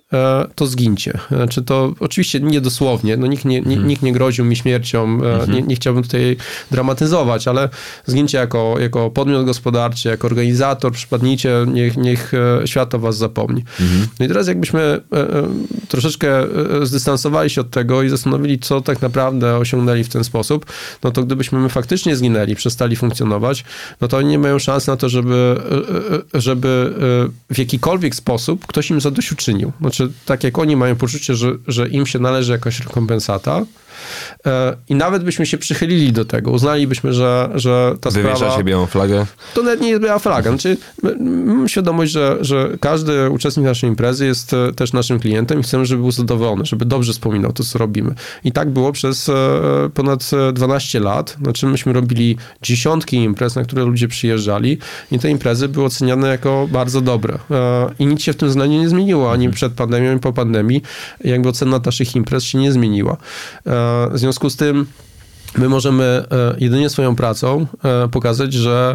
to zgincie. Znaczy to oczywiście nie dosłownie, no nikt nie, hmm. nikt nie groził mi śmiercią, hmm. nie, nie chciałbym tutaj dramatyzować, ale zgincie jako, jako podmiot gospodarczy, jako organizator, przypadnijcie, niech, niech świat o was zapomni. Hmm. No i teraz jakbyśmy troszeczkę zdystansowali się od tego i zastanowili, co tak naprawdę osiągnęli w ten sposób, no to gdybyśmy my faktycznie zginęli, przestali funkcjonować, no to oni nie mają szans na to, żeby, żeby w jakikolwiek sposób ktoś im zadośćuczynił. Znaczy, tak jak oni mają poczucie, że, że im się należy jakaś rekompensata i nawet byśmy się przychylili do tego, uznalibyśmy, że, że ta Wywiesza sprawa... się białą flagę? To nawet nie jest biała flaga. Znaczy, mam świadomość, że, że każdy uczestnik naszej imprezy jest też naszym klientem i chcemy, żeby był zadowolony, żeby dobrze wspominał to, co robimy. I tak było przez ponad dwanaście lat. Znaczy, myśmy robili dziesiątki imprez, na które ludzie przyjeżdżali i te imprezy były oceniane jako bardzo dobre. I nic się w tym względzie nie zmieniło, ani przed pandemią, ani po pandemii. Jakby ocena naszych imprez się nie zmieniła. W związku z tym my możemy jedynie swoją pracą pokazać, że,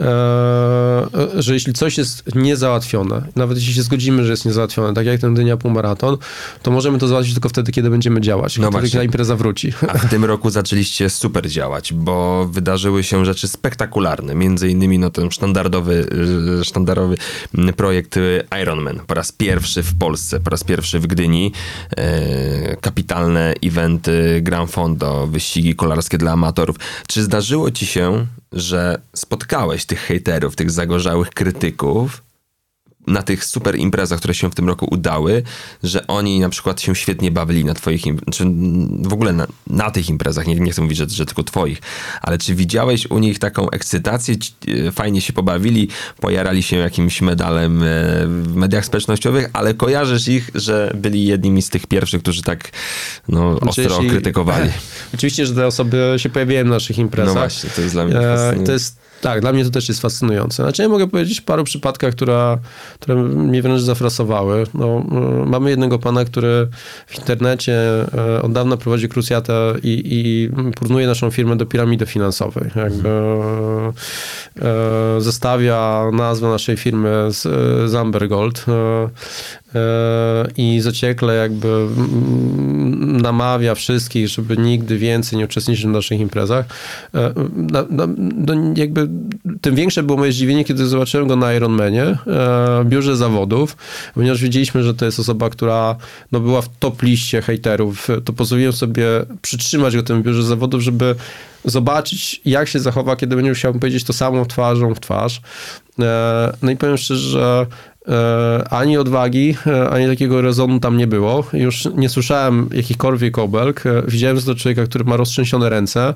że jeśli coś jest niezałatwione, nawet jeśli się zgodzimy, że jest niezałatwione, tak jak ten Gdynia półmaraton, to możemy to załatwić tylko wtedy, kiedy będziemy działać, no wtedy, kiedy ta impreza wróci. A w tym roku zaczęliście super działać, bo wydarzyły się rzeczy spektakularne. Między innymi no, ten sztandarowy, sztandarowy projekt Ironman. Po raz pierwszy w Polsce, po raz pierwszy w Gdyni. E, kapitalne eventy, Gran Fondo, wyścigi kolarskie dla amatorów. Czy zdarzyło ci się, że spotkałeś tych hejterów, tych zagorzałych krytyków na tych super imprezach, które się w tym roku udały, że oni na przykład się świetnie bawili na twoich, czy w ogóle na, na tych imprezach, nie, nie chcę mówić, że, że tylko twoich, ale czy widziałeś u nich taką ekscytację, fajnie się pobawili, pojarali się jakimś medalem w mediach społecznościowych, ale kojarzysz ich, że byli jednymi z tych pierwszych, którzy tak no, ostro jeśli, krytykowali. Oczywiście, że te osoby się pojawiają na naszych imprezach. No właśnie, to jest dla mnie fascynujące. To jest Tak, dla mnie to też jest fascynujące. Znaczy ja mogę powiedzieć o paru przypadkach, które, które mnie wręcz zafrasowały. No, mamy jednego pana, który w internecie od dawna prowadzi krucjatę i, i porównuje naszą firmę do piramidy finansowej. Jakby e, zestawia nazwę naszej firmy z, z Amber Gold e, i zaciekle jakby namawia wszystkich, żeby nigdy więcej nie uczestniczyć w naszych imprezach. Na, na, no jakby tym większe było moje zdziwienie, kiedy zobaczyłem go na Ironmanie, w biurze zawodów, ponieważ wiedzieliśmy, że to jest osoba, która no, była w top liście hejterów. To pozwoliłem sobie przytrzymać go w tym biurze zawodów, żeby zobaczyć, jak się zachowa, kiedy będzie musiał powiedzieć to samo twarzą w twarz. No i powiem szczerze, że ani odwagi, ani takiego rezonu tam nie było. Już nie słyszałem jakichkolwiek obelg. Widziałem z tego człowieka, który ma roztrzęsione ręce.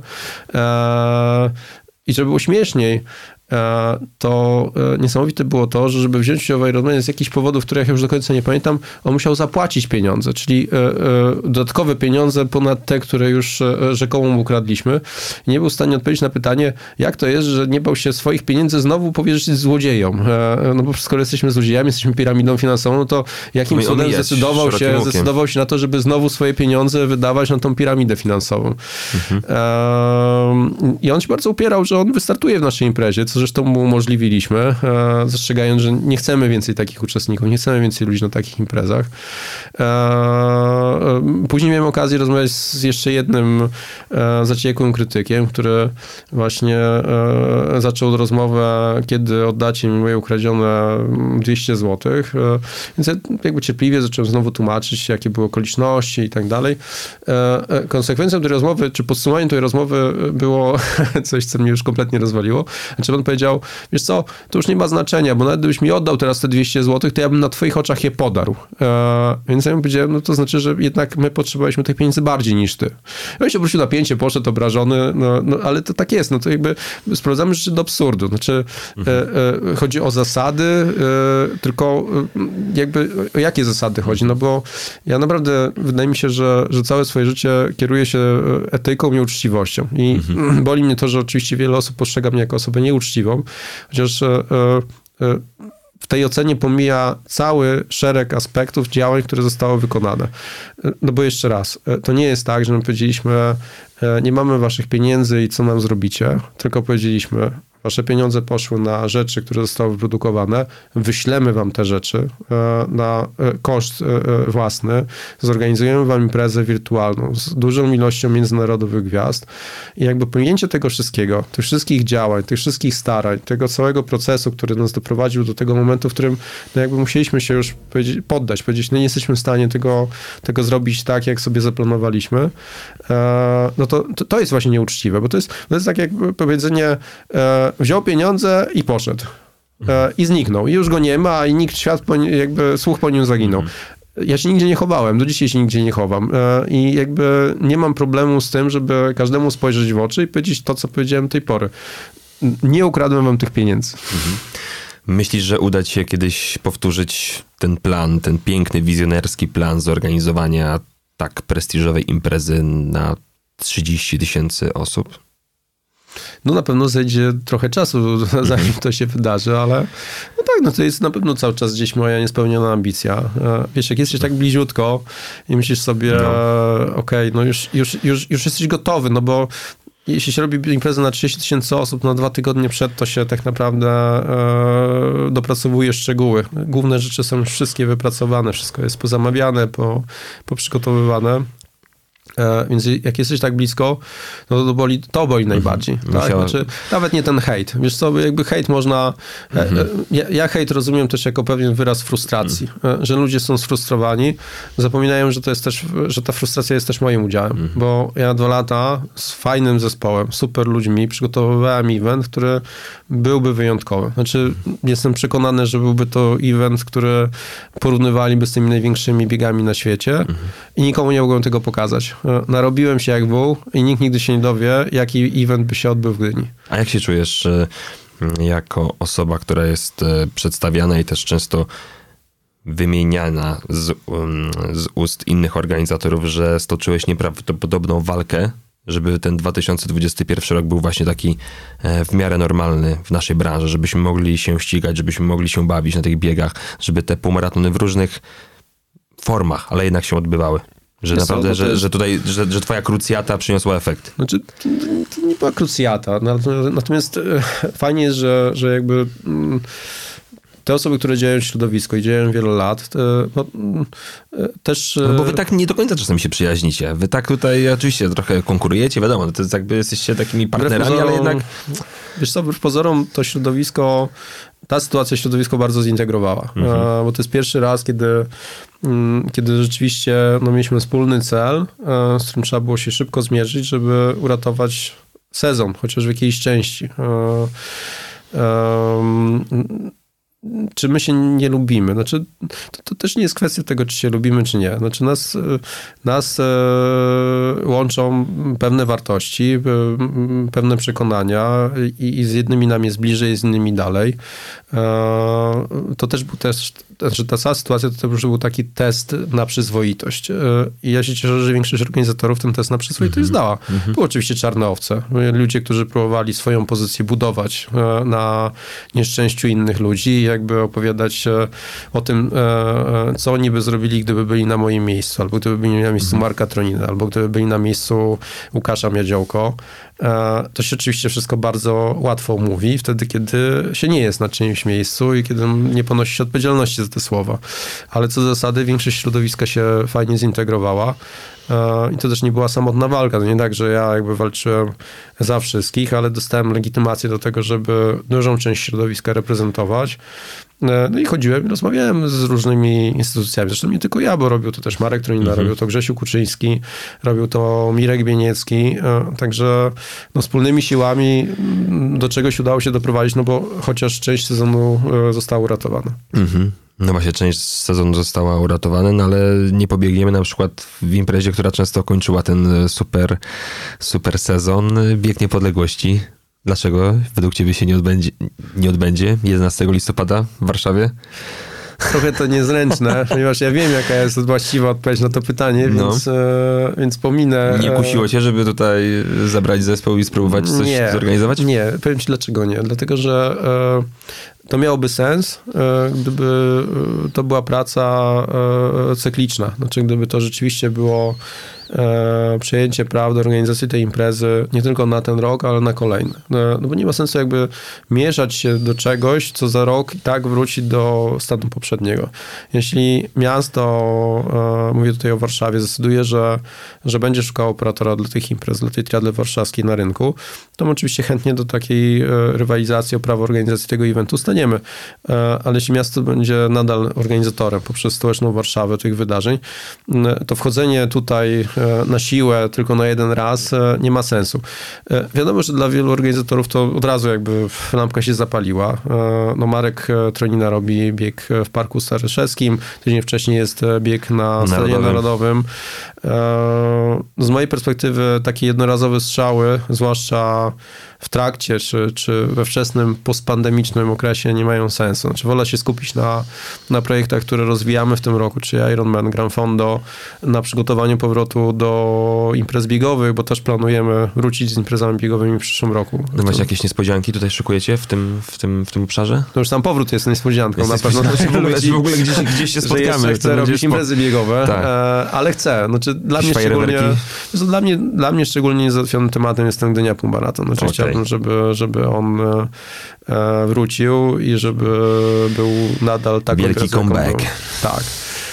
I żeby było śmieszniej, to niesamowite było to, że żeby wziąć udział w Ironmanie z jakichś powodów, których ja już do końca nie pamiętam, on musiał zapłacić pieniądze, czyli dodatkowe pieniądze ponad te, które już rzekomo mu ukradliśmy. I nie był w stanie odpowiedzieć na pytanie, jak to jest, że nie bał się swoich pieniędzy znowu powierzyć złodziejom. No bo skoro jesteśmy złodziejami, jesteśmy piramidą finansową, no to jakim cudem zdecydował się, zdecydował się na to, żeby znowu swoje pieniądze wydawać na tą piramidę finansową. Mhm. I on się bardzo upierał, że on wystartuje w naszej imprezie, co zresztą mu umożliwiliśmy, zastrzegając, że nie chcemy więcej takich uczestników, nie chcemy więcej ludzi na takich imprezach. Później miałem okazję rozmawiać z jeszcze jednym zaciekłym krytykiem, który właśnie zaczął rozmowę, kiedy oddacie mi moje ukradzione dwieście złotych. Więc ja jakby cierpliwie zacząłem znowu tłumaczyć, jakie były okoliczności i tak dalej. Konsekwencją tej rozmowy, czy podsumowaniem tej rozmowy było coś, co mnie już kompletnie rozwaliło. Znaczy on powiedział, wiesz co, to już nie ma znaczenia, bo nawet gdybyś mi oddał teraz te dwieście złotych, to ja bym na twoich oczach je podarł. E, więc ja mu powiedziałem, no to znaczy, że jednak my potrzebowaliśmy tych pieniędzy bardziej niż ty. I on się obrócił na pięcie, poszedł obrażony, no, no ale to tak jest, no to jakby sprowadzamy rzeczy do absurdu. Znaczy mhm. e, e, chodzi o zasady, e, tylko e, jakby o jakie zasady chodzi? No bo ja naprawdę, wydaje mi się, że, że całe swoje życie kieruję się etyką i uczciwością. I mhm. boli mnie to, że oczywiście wiele osób postrzega mnie jako osobę nieuczciwą, chociaż e, e, w tej ocenie pomija cały szereg aspektów działań, które zostały wykonane. No bo jeszcze raz, to nie jest tak, że my powiedzieliśmy, nie mamy waszych pieniędzy i co nam zrobicie, tylko powiedzieliśmy, wasze pieniądze poszły na rzeczy, które zostały wyprodukowane, wyślemy wam te rzeczy na koszt własny, zorganizujemy wam imprezę wirtualną z dużą ilością międzynarodowych gwiazd i jakby pominięcie tego wszystkiego, tych wszystkich działań, tych wszystkich starań, tego całego procesu, który nas doprowadził do tego momentu, w którym no jakby musieliśmy się już poddać, powiedzieć, no nie jesteśmy w stanie tego, tego zrobić tak, jak sobie zaplanowaliśmy, no to, to, to jest właśnie nieuczciwe, bo to jest, to jest tak jak powiedzenie, wziął pieniądze i poszedł. Mhm. I zniknął. I już go nie ma i nikt, świat, po, jakby słuch po nim zaginął. Mhm. Ja się nigdzie nie chowałem, do dzisiaj się nigdzie nie chowam. I jakby nie mam problemu z tym, żeby każdemu spojrzeć w oczy i powiedzieć to, co powiedziałem do tej pory. Nie ukradłem wam tych pieniędzy. Mhm. Myślisz, że uda ci się kiedyś powtórzyć ten plan, ten piękny, wizjonerski plan zorganizowania tak prestiżowej imprezy na trzydzieści tysięcy osób? No na pewno zejdzie trochę czasu, zanim to się wydarzy, ale no tak, no to jest na pewno cały czas gdzieś moja niespełniona ambicja. Wiesz, jak jesteś tak bliziutko i myślisz sobie, no. okej, okay, no już, już, już, już jesteś gotowy, no bo jeśli się robi imprezę na trzydzieści tysięcy osób, na dwa tygodnie przed, to się tak naprawdę e, dopracowuje szczegóły. Główne rzeczy są już wszystkie wypracowane, wszystko jest pozamawiane, po, poprzygotowywane. E, więc jak jesteś tak blisko, no to boli, to boli najbardziej. Mhm. Tak? Znaczy, nawet nie ten hejt. Wiesz co, jakby hejt można... Mhm. E, ja, ja hejt rozumiem też jako pewien wyraz frustracji. Mhm. E, że ludzie są sfrustrowani. Zapominają, że to jest też, że ta frustracja jest też moim udziałem. Mhm. Bo ja dwa lata z fajnym zespołem, super ludźmi przygotowywałem event, który byłby wyjątkowy. Znaczy, jestem przekonany, że byłby to event, który porównywaliby z tymi największymi biegami na świecie mhm. i nikomu nie mogłem tego pokazać. Narobiłem się jak wół i nikt nigdy się nie dowie, jaki event by się odbył w Gdyni. A jak się czujesz jako osoba, która jest przedstawiana i też często wymieniana z, z ust innych organizatorów, że stoczyłeś nieprawdopodobną walkę, żeby ten dwa tysiące dwudziesty pierwszy rok był właśnie taki w miarę normalny w naszej branży, żebyśmy mogli się ścigać, żebyśmy mogli się bawić na tych biegach, żeby te półmaratony w różnych formach, ale jednak się odbywały. Że Wiesz naprawdę, co, że, jest... że tutaj, że, że twoja krucjata przyniosła efekt. Znaczy, to, to nie była krucjata. Natomiast fajnie jest, że, że jakby te osoby, które działają w środowisku i działają wiele lat, no, też... No bo wy tak nie do końca czasami się przyjaźnicie. Wy tak tutaj oczywiście trochę konkurujecie, wiadomo, to jest jakby jesteście takimi partnerami, pozorom, ale jednak... Wiesz co, wbrew pozorom to środowisko, ta sytuacja środowisko bardzo zintegrowała. Mhm. Bo to jest pierwszy raz, kiedy kiedy rzeczywiście no, mieliśmy wspólny cel, z którym trzeba było się szybko zmierzyć, żeby uratować sezon, chociaż w jakiejś części. Czy my się nie lubimy? Znaczy, to, to też nie jest kwestia tego, czy się lubimy, czy nie. Znaczy, nas, nas e, łączą pewne wartości, pewne przekonania i, i z jednymi nam jest bliżej, z innymi dalej. E, to też był też, znaczy ta cała sytuacja to też był taki test na przyzwoitość. E, I ja się cieszę, że większość organizatorów ten test na przyzwoitość mm-hmm. zdała. Mm-hmm. Były oczywiście czarne owce. Ludzie, którzy próbowali swoją pozycję budować e, na nieszczęściu innych ludzi, jakby opowiadać o tym, co oni by zrobili, gdyby byli na moim miejscu, albo gdyby byli na miejscu Marka Tronina, albo gdyby byli na miejscu Łukasza Miodziołko. To się oczywiście wszystko bardzo łatwo mówi, wtedy, kiedy się nie jest na czyimś miejscu i kiedy nie ponosi się odpowiedzialności za te słowa. Ale co do zasady większość środowiska się fajnie zintegrowała. I to też nie była samotna walka. To nie tak, że ja jakby walczyłem za wszystkich, ale dostałem legitymację do tego, żeby dużą część środowiska reprezentować. No i chodziłem i rozmawiałem z różnymi instytucjami. Zresztą nie tylko ja, bo robił to też Marek Tronina, mhm. robił to Grzesiu Kuczyński, robił to Mirek Bieniecki. Także no, wspólnymi siłami do czegoś udało się doprowadzić, no bo chociaż część sezonu została uratowana. Mhm. No właśnie, część sezonu została uratowana, no ale nie pobiegniemy na przykład w imprezie, która często kończyła ten super, super sezon, Bieg Niepodległości. Dlaczego według ciebie się nie odbędzie, nie odbędzie jedenastego listopada w Warszawie? Trochę to niezręczne, ponieważ ja wiem, jaka jest właściwa odpowiedź na to pytanie, no. więc, e, więc pominę. Nie kusiło cię, żeby tutaj zabrać zespół i spróbować coś nie, zorganizować? Nie, powiem ci dlaczego nie. Dlatego, że e, to miałoby sens, gdyby to była praca cykliczna. Znaczy, gdyby to rzeczywiście było przejęcie praw do organizacji tej imprezy nie tylko na ten rok, ale na kolejny. No bo nie ma sensu jakby mieszać się do czegoś, co za rok i tak wróci do stanu poprzedniego. Jeśli miasto, mówię tutaj o Warszawie, zdecyduje, że, że będzie szukało operatora dla tych imprez, dla tej triady warszawskiej na rynku, to my oczywiście chętnie do takiej rywalizacji o prawo organizacji tego eventu staniemy. Ale jeśli miasto będzie nadal organizatorem poprzez stołeczną Warszawę tych wydarzeń, to wchodzenie tutaj na siłę tylko na jeden raz nie ma sensu. Wiadomo, że dla wielu organizatorów to od razu jakby lampka się zapaliła. No Marek Tronina robi bieg w Parku Staryszewskim, tydzień wcześniej jest bieg na Stadionie Narodowym. Z mojej perspektywy takie jednorazowe strzały, zwłaszcza w trakcie czy, czy we wczesnym postpandemicznym okresie nie mają sensu. Znaczy wolę się skupić na, na projektach, które rozwijamy w tym roku, czyli Ironman, Gran Fondo, na przygotowaniu powrotu do imprez biegowych, bo też planujemy wrócić z imprezami biegowymi w przyszłym roku. No właśnie jakieś niespodzianki tutaj szykujecie w tym, w tym, w tym obszarze? No już sam powrót jest niespodzianką. Jest na pewno w ogóle, w ogóle gdzieś, gdzieś się spotkamy. Że chcę robić imprezy biegowe, tak. ale chcę. Znaczy, dla, mnie szczególnie, dla, mnie, dla mnie szczególnie niezałatwionym tematem jest ten Gdynia Półmaraton. Znaczy, okay. Chciałbym, żeby, żeby on e, wrócił i żeby był nadal tak wielki comeback. Tak.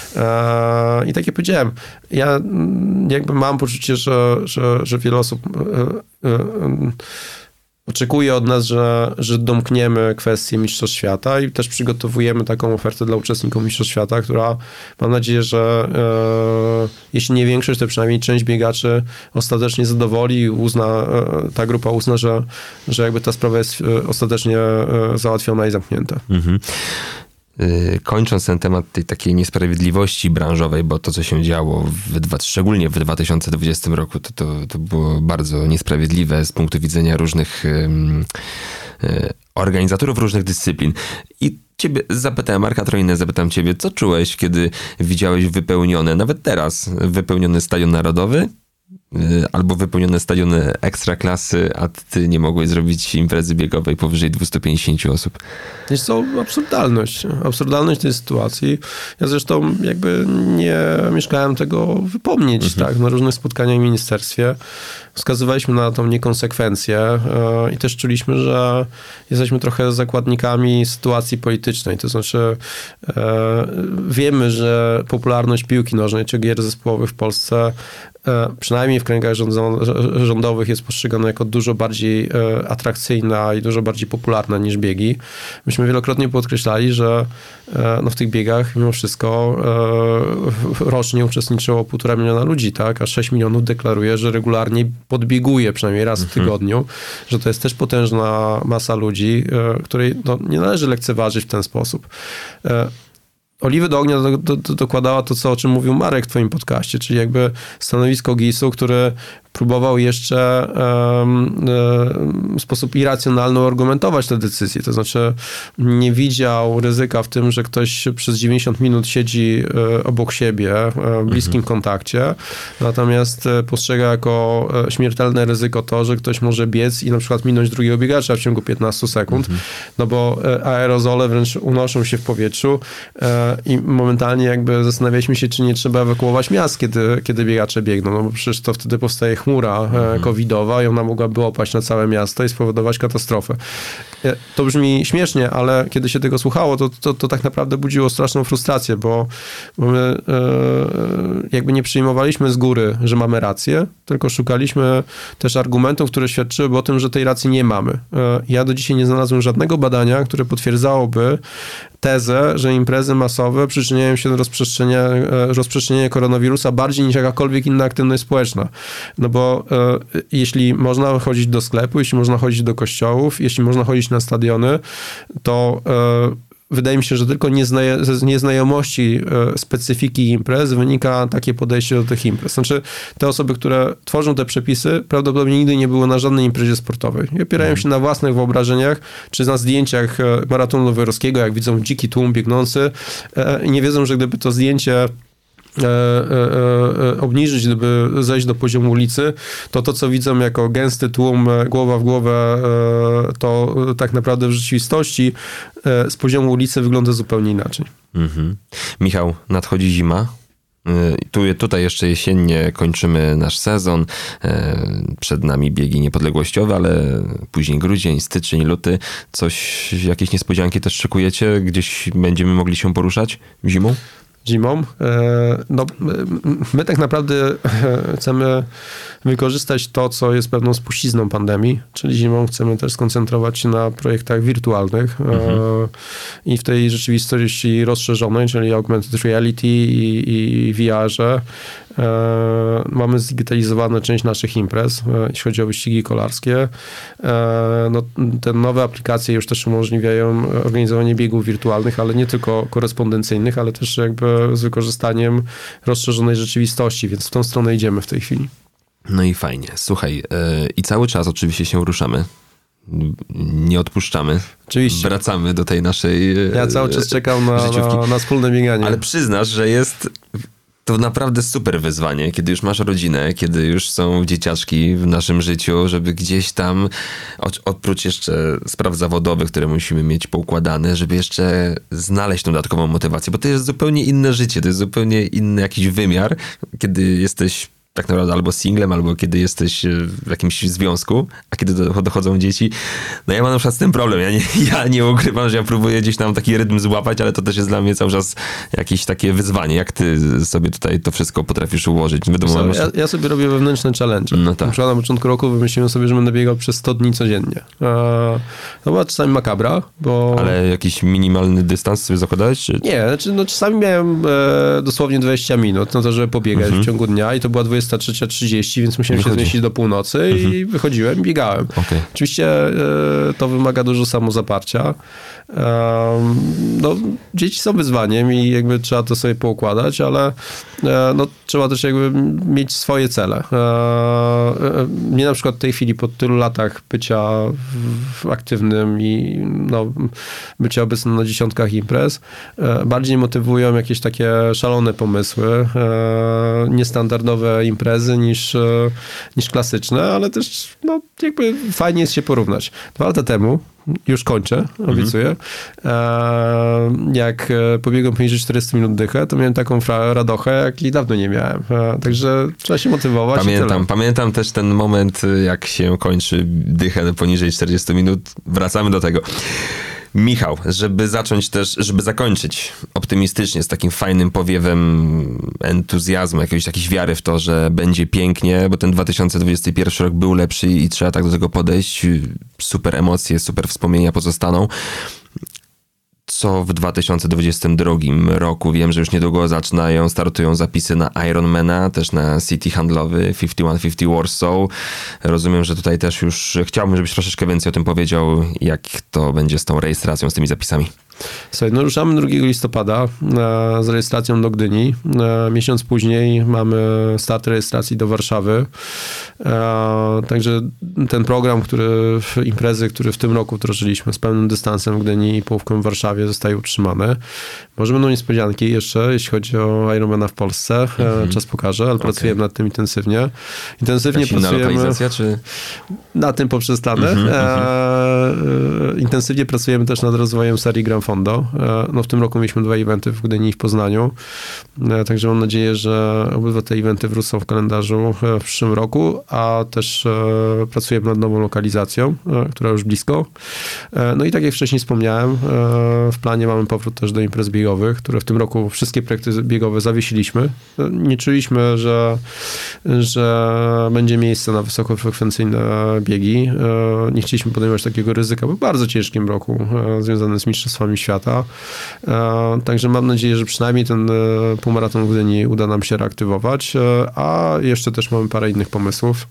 E, I tak jak powiedziałem, ja jakby mam poczucie, że, że, że wiele osób e, e, oczekuje od nas, że, że domkniemy kwestię Mistrzostw Świata i też przygotowujemy taką ofertę dla uczestników Mistrzostw Świata, która mam nadzieję, że e, jeśli nie większość, to przynajmniej część biegaczy ostatecznie zadowoli i uzna, e, ta grupa uzna, że, że jakby ta sprawa jest e, ostatecznie e, załatwiona i zamknięta. Mhm. Kończąc ten temat tej takiej niesprawiedliwości branżowej, bo to, co się działo, w, szczególnie w dwa tysiące dwudziestym roku, to, to, to było bardzo niesprawiedliwe z punktu widzenia różnych um, organizatorów różnych dyscyplin. I ciebie zapytałem, Marka Troninę, zapytam ciebie, co czułeś, kiedy widziałeś wypełnione, nawet teraz, wypełniony Stadion Narodowy, albo wypełnione stadiony ekstraklasy, a ty nie mogłeś zrobić imprezy biegowej powyżej dwieście pięćdziesiąt osób. Jest to absurdalność. Absurdalność tej sytuacji. Ja zresztą jakby nie mieszkałem tego wypomnieć, mhm. tak, na różnych spotkaniach w ministerstwie. Wskazywaliśmy na tą niekonsekwencję i też czuliśmy, że jesteśmy trochę zakładnikami sytuacji politycznej. To znaczy wiemy, że popularność piłki nożnej czy gier zespołowych w Polsce przynajmniej w kręgach rządowych jest postrzegana jako dużo bardziej atrakcyjna i dużo bardziej popularna niż biegi. Myśmy wielokrotnie podkreślali, że no w tych biegach mimo wszystko rocznie uczestniczyło półtora miliona ludzi, tak? A sześć milionów deklaruje, że regularnie podbieguje przynajmniej raz w tygodniu, że to jest też potężna masa ludzi, której no, nie należy lekceważyć w ten sposób. Oliwy do ognia do, do, do, dokładała to, co, o czym mówił Marek w twoim podcaście, czyli jakby stanowisko gisu, który próbował jeszcze um, w sposób irracjonalny argumentować te decyzje. To znaczy nie widział ryzyka w tym, że ktoś przez dziewięćdziesiąt minut siedzi obok siebie w bliskim mhm. kontakcie, natomiast postrzega jako śmiertelne ryzyko to, że ktoś może biec i na przykład minąć drugiego biegacza w ciągu piętnastu sekund, mhm. no bo aerozole wręcz unoszą się w powietrzu i momentalnie jakby zastanawialiśmy się, czy nie trzeba ewakuować miast, kiedy, kiedy biegacze biegną, no bo przecież to wtedy powstaje chmura mhm. covidowa i ona mogłaby opaść na całe miasto i spowodować katastrofę. To brzmi śmiesznie, ale kiedy się tego słuchało, to, to, to tak naprawdę budziło straszną frustrację, bo, bo my jakby nie przyjmowaliśmy z góry, że mamy rację, tylko szukaliśmy też argumentów, które świadczyłyby o tym, że tej racji nie mamy. Ja do dzisiaj nie znalazłem żadnego badania, które potwierdzałoby tezę, że imprezy masowe przyczyniają się do rozprzestrzeniania, rozprzestrzeniania koronawirusa bardziej niż jakakolwiek inna aktywność społeczna. No bo e, jeśli można chodzić do sklepu, jeśli można chodzić do kościołów, jeśli można chodzić na stadiony, to e, wydaje mi się, że tylko nieznajo- z nieznajomości e, specyfiki imprez wynika takie podejście do tych imprez. Znaczy, te osoby, które tworzą te przepisy, prawdopodobnie nigdy nie były na żadnej imprezie sportowej. I opierają się na własnych wyobrażeniach, czy na zdjęciach e, maratonu rowerowskiego, jak widzą dziki tłum biegnący e, i nie wiedzą, że gdyby to zdjęcie e, e, e, obniżyć, gdyby zejść do poziomu ulicy, to to, co widzą jako gęsty tłum, głowa w głowę, e, to tak naprawdę w rzeczywistości e, z poziomu ulicy wygląda zupełnie inaczej. Mhm. Michał, nadchodzi zima. Tu, tutaj jeszcze jesiennie kończymy nasz sezon. Przed nami biegi niepodległościowe, ale później grudzień, styczeń, luty. Coś, jakieś niespodzianki też szykujecie? Gdzieś będziemy mogli się poruszać zimą? Zimą. No, my tak naprawdę chcemy wykorzystać to, co jest pewną spuścizną pandemii, czyli zimą chcemy też skoncentrować się na projektach wirtualnych mhm. i w tej rzeczywistości rozszerzonej, czyli augmented reality i, i V R-ze. Mamy zdigitalizowaną część naszych imprez, jeśli chodzi o wyścigi kolarskie. No, te nowe aplikacje już też umożliwiają organizowanie biegów wirtualnych, ale nie tylko korespondencyjnych, ale też jakby z wykorzystaniem rozszerzonej rzeczywistości, więc w tą stronę idziemy w tej chwili. No i fajnie. Słuchaj, yy, i cały czas oczywiście się ruszamy. Nie odpuszczamy. Oczywiście. Wracamy do tej naszej yy, Ja cały czas czekam na, na, na wspólne bieganie. Ale przyznasz, że jest to naprawdę super wyzwanie, kiedy już masz rodzinę, kiedy już są dzieciaczki w naszym życiu, żeby gdzieś tam, oprócz jeszcze spraw zawodowych, które musimy mieć poukładane, żeby jeszcze znaleźć tą dodatkową motywację, bo to jest zupełnie inne życie, to jest zupełnie inny jakiś wymiar, kiedy jesteś tak naprawdę albo singlem, albo kiedy jesteś w jakimś związku, a kiedy dochodzą dzieci. No ja mam na przykład z tym problem. Ja nie, ja nie ukrywam, że ja próbuję gdzieś tam taki rytm złapać, ale to też jest dla mnie cały czas jakieś takie wyzwanie. Jak ty sobie tutaj to wszystko potrafisz ułożyć? Wiadomo, so, masz... ja, ja sobie robię wewnętrzne challenge. No tak. Na przykład na początku roku wymyśliłem sobie, że będę biegał przez sto dni codziennie. To była czasami makabra, bo... Ale jakiś minimalny dystans sobie zakładałeś? Czy... Nie, znaczy, no, czasami miałem e, dosłownie dwadzieścia minut na to, żeby pobiegać mhm. w ciągu dnia i to była dwudziesta trzecia trzydzieści, więc musiałem Wychodzi. się zmieścić do północy mhm. i wychodziłem, biegałem. Okay. Oczywiście e, to wymaga dużo samozaparcia. E, no, dzieci są wyzwaniem i jakby trzeba to sobie poukładać, ale e, no, trzeba też jakby mieć swoje cele. E, e, mnie na przykład w tej chwili po tylu latach bycia w, w aktywnym i no, bycia obecnym na dziesiątkach imprez, e, bardziej motywują jakieś takie szalone pomysły, e, niestandardowe imprezy niż, niż klasyczne, ale też no, jakby fajnie jest się porównać. Dwa lata temu, już kończę, obiecuję, mhm. jak pobiegłem poniżej czterdzieści minut dychę, to miałem taką radochę, jak i dawno nie miałem. Także trzeba się motywować. Pamiętam, pamiętam też ten moment, jak się kończy dychę poniżej czterdzieści minut. Wracamy do tego. Michał, żeby zacząć też, żeby zakończyć optymistycznie z takim fajnym powiewem entuzjazmu, jakiejś jakiejś wiary w to, że będzie pięknie, bo ten dwa tysiące dwudziesty pierwszy rok był lepszy i trzeba tak do tego podejść. Super emocje, super wspomnienia pozostaną. Co w dwa tysiące dwudziestym drugim roku? Wiem, że już niedługo zaczynają, startują zapisy na Ironmana, też na City handlowy pięćdziesiąt jeden pięćdziesiąt Warsaw. Rozumiem, że tutaj też już chciałbym, żebyś troszeczkę więcej o tym powiedział, jak to będzie z tą rejestracją, z tymi zapisami. Słuchaj, no ruszamy drugiego listopada e, z rejestracją do Gdyni. E, miesiąc później mamy start rejestracji do Warszawy. E, także ten program, który, imprezy, który w tym roku wdrożyliśmy z pełnym dystansem w Gdyni i połówką w Warszawie zostaje utrzymany. Może będą niespodzianki jeszcze, jeśli chodzi o Ironmana w Polsce. E, czas pokaże, ale okay. pracujemy nad tym intensywnie. Intensywnie Jakaś pracujemy... inna lokalizacja, czy... Na tym poprzestanę. Mm-hmm, e, e, intensywnie pracujemy też nad rozwojem serii Gran Fondo. E, no w tym roku mieliśmy dwa eventy w Gdyni i w Poznaniu. E, także mam nadzieję, że obydwa te eventy wrócą w kalendarzu w przyszłym roku, a też e, pracujemy nad nową lokalizacją, e, która już blisko. E, no i tak jak wcześniej wspomniałem, e, w planie mamy powrót też do imprez biegowych, które w tym roku wszystkie projekty biegowe zawiesiliśmy. E, nie czuliśmy, że, że będzie miejsce na wysokofrekwencyjne biegi. Nie chcieliśmy podejmować takiego ryzyka, bo w bardzo ciężkim roku związanym z mistrzostwami świata. Także mam nadzieję, że przynajmniej ten półmaraton w Gdyni uda nam się reaktywować, a jeszcze też mamy parę innych pomysłów.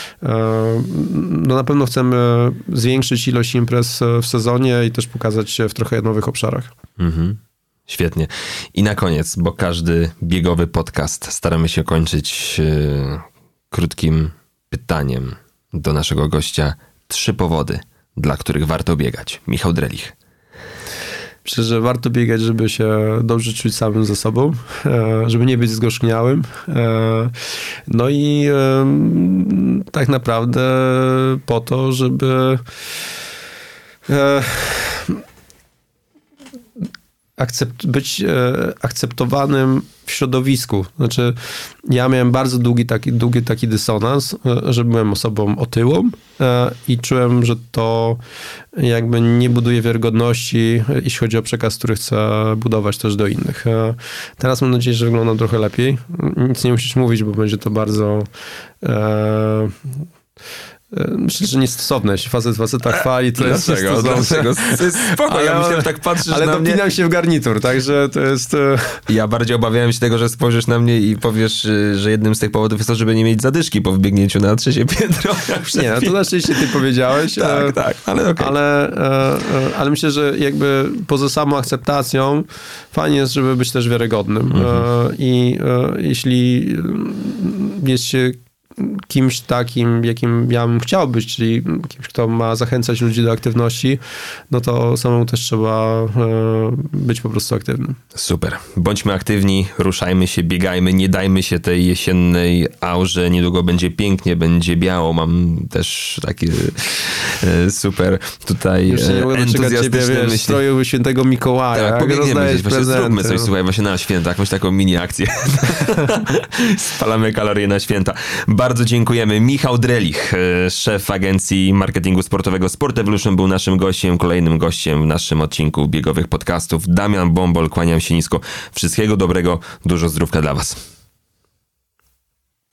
No na pewno chcemy zwiększyć ilość imprez w sezonie i też pokazać się w trochę nowych obszarach. Mhm. Świetnie. I na koniec, bo każdy biegowy podcast staramy się kończyć yy, krótkim pytaniem do naszego gościa. Trzy powody, dla których warto biegać. Michał Drelich. Myślę, że warto biegać, żeby się dobrze czuć samym ze sobą, żeby nie być zgorzkniałym. No i tak naprawdę po to, żeby akcept, być akceptowanym w środowisku. Znaczy, ja miałem bardzo długi taki, długi taki dysonans, że byłem osobą otyłą i czułem, że to jakby nie buduje wiarygodności, jeśli chodzi o przekaz, który chcę budować też do innych. Teraz mam nadzieję, że wyglądam trochę lepiej. Nic nie musisz mówić, bo będzie to bardzo... E, Myślę, że niestosowne. Jeśli facet faceta chwali, to jest niestosowne. Spoko, ja myślałem, tak patrzysz ale na mnie. Ale dopinam się w garnitur, także to jest... Ja bardziej obawiałem się tego, że spojrzysz na mnie i powiesz, że jednym z tych powodów jest to, żeby nie mieć zadyszki po wbiegnięciu na trzecie piętro. Nie, no to na szczęście ty powiedziałeś. Tak, tak, ale okej. Okay. Ale, ale myślę, że jakby poza samą akceptacją fajnie jest, żeby być też wiarygodnym. Mhm. I jeśli jest się kimś takim, jakim ja bym chciał być, czyli kimś, kto ma zachęcać ludzi do aktywności, no to samemu też trzeba być po prostu aktywnym. Super. Bądźmy aktywni, ruszajmy się, biegajmy, nie dajmy się tej jesiennej aurze. Niedługo będzie pięknie, będzie biało. Mam też takie super tutaj Już nie mogę doczekać ciebie, wiesz, w stroju świętego Mikołaja. Tak, pobiegniemy gdzieś, właśnie zróbmy coś, słuchaj, właśnie na święta, jakąś taką mini akcję. Spalamy kalorie na święta. Bardzo dziękujemy. Michał Drelich, szef agencji marketingu sportowego Sport Evolution, był naszym gościem, kolejnym gościem w naszym odcinku biegowych podcastów. Damian Bombol, kłaniam się nisko. Wszystkiego dobrego, dużo zdrówka dla was.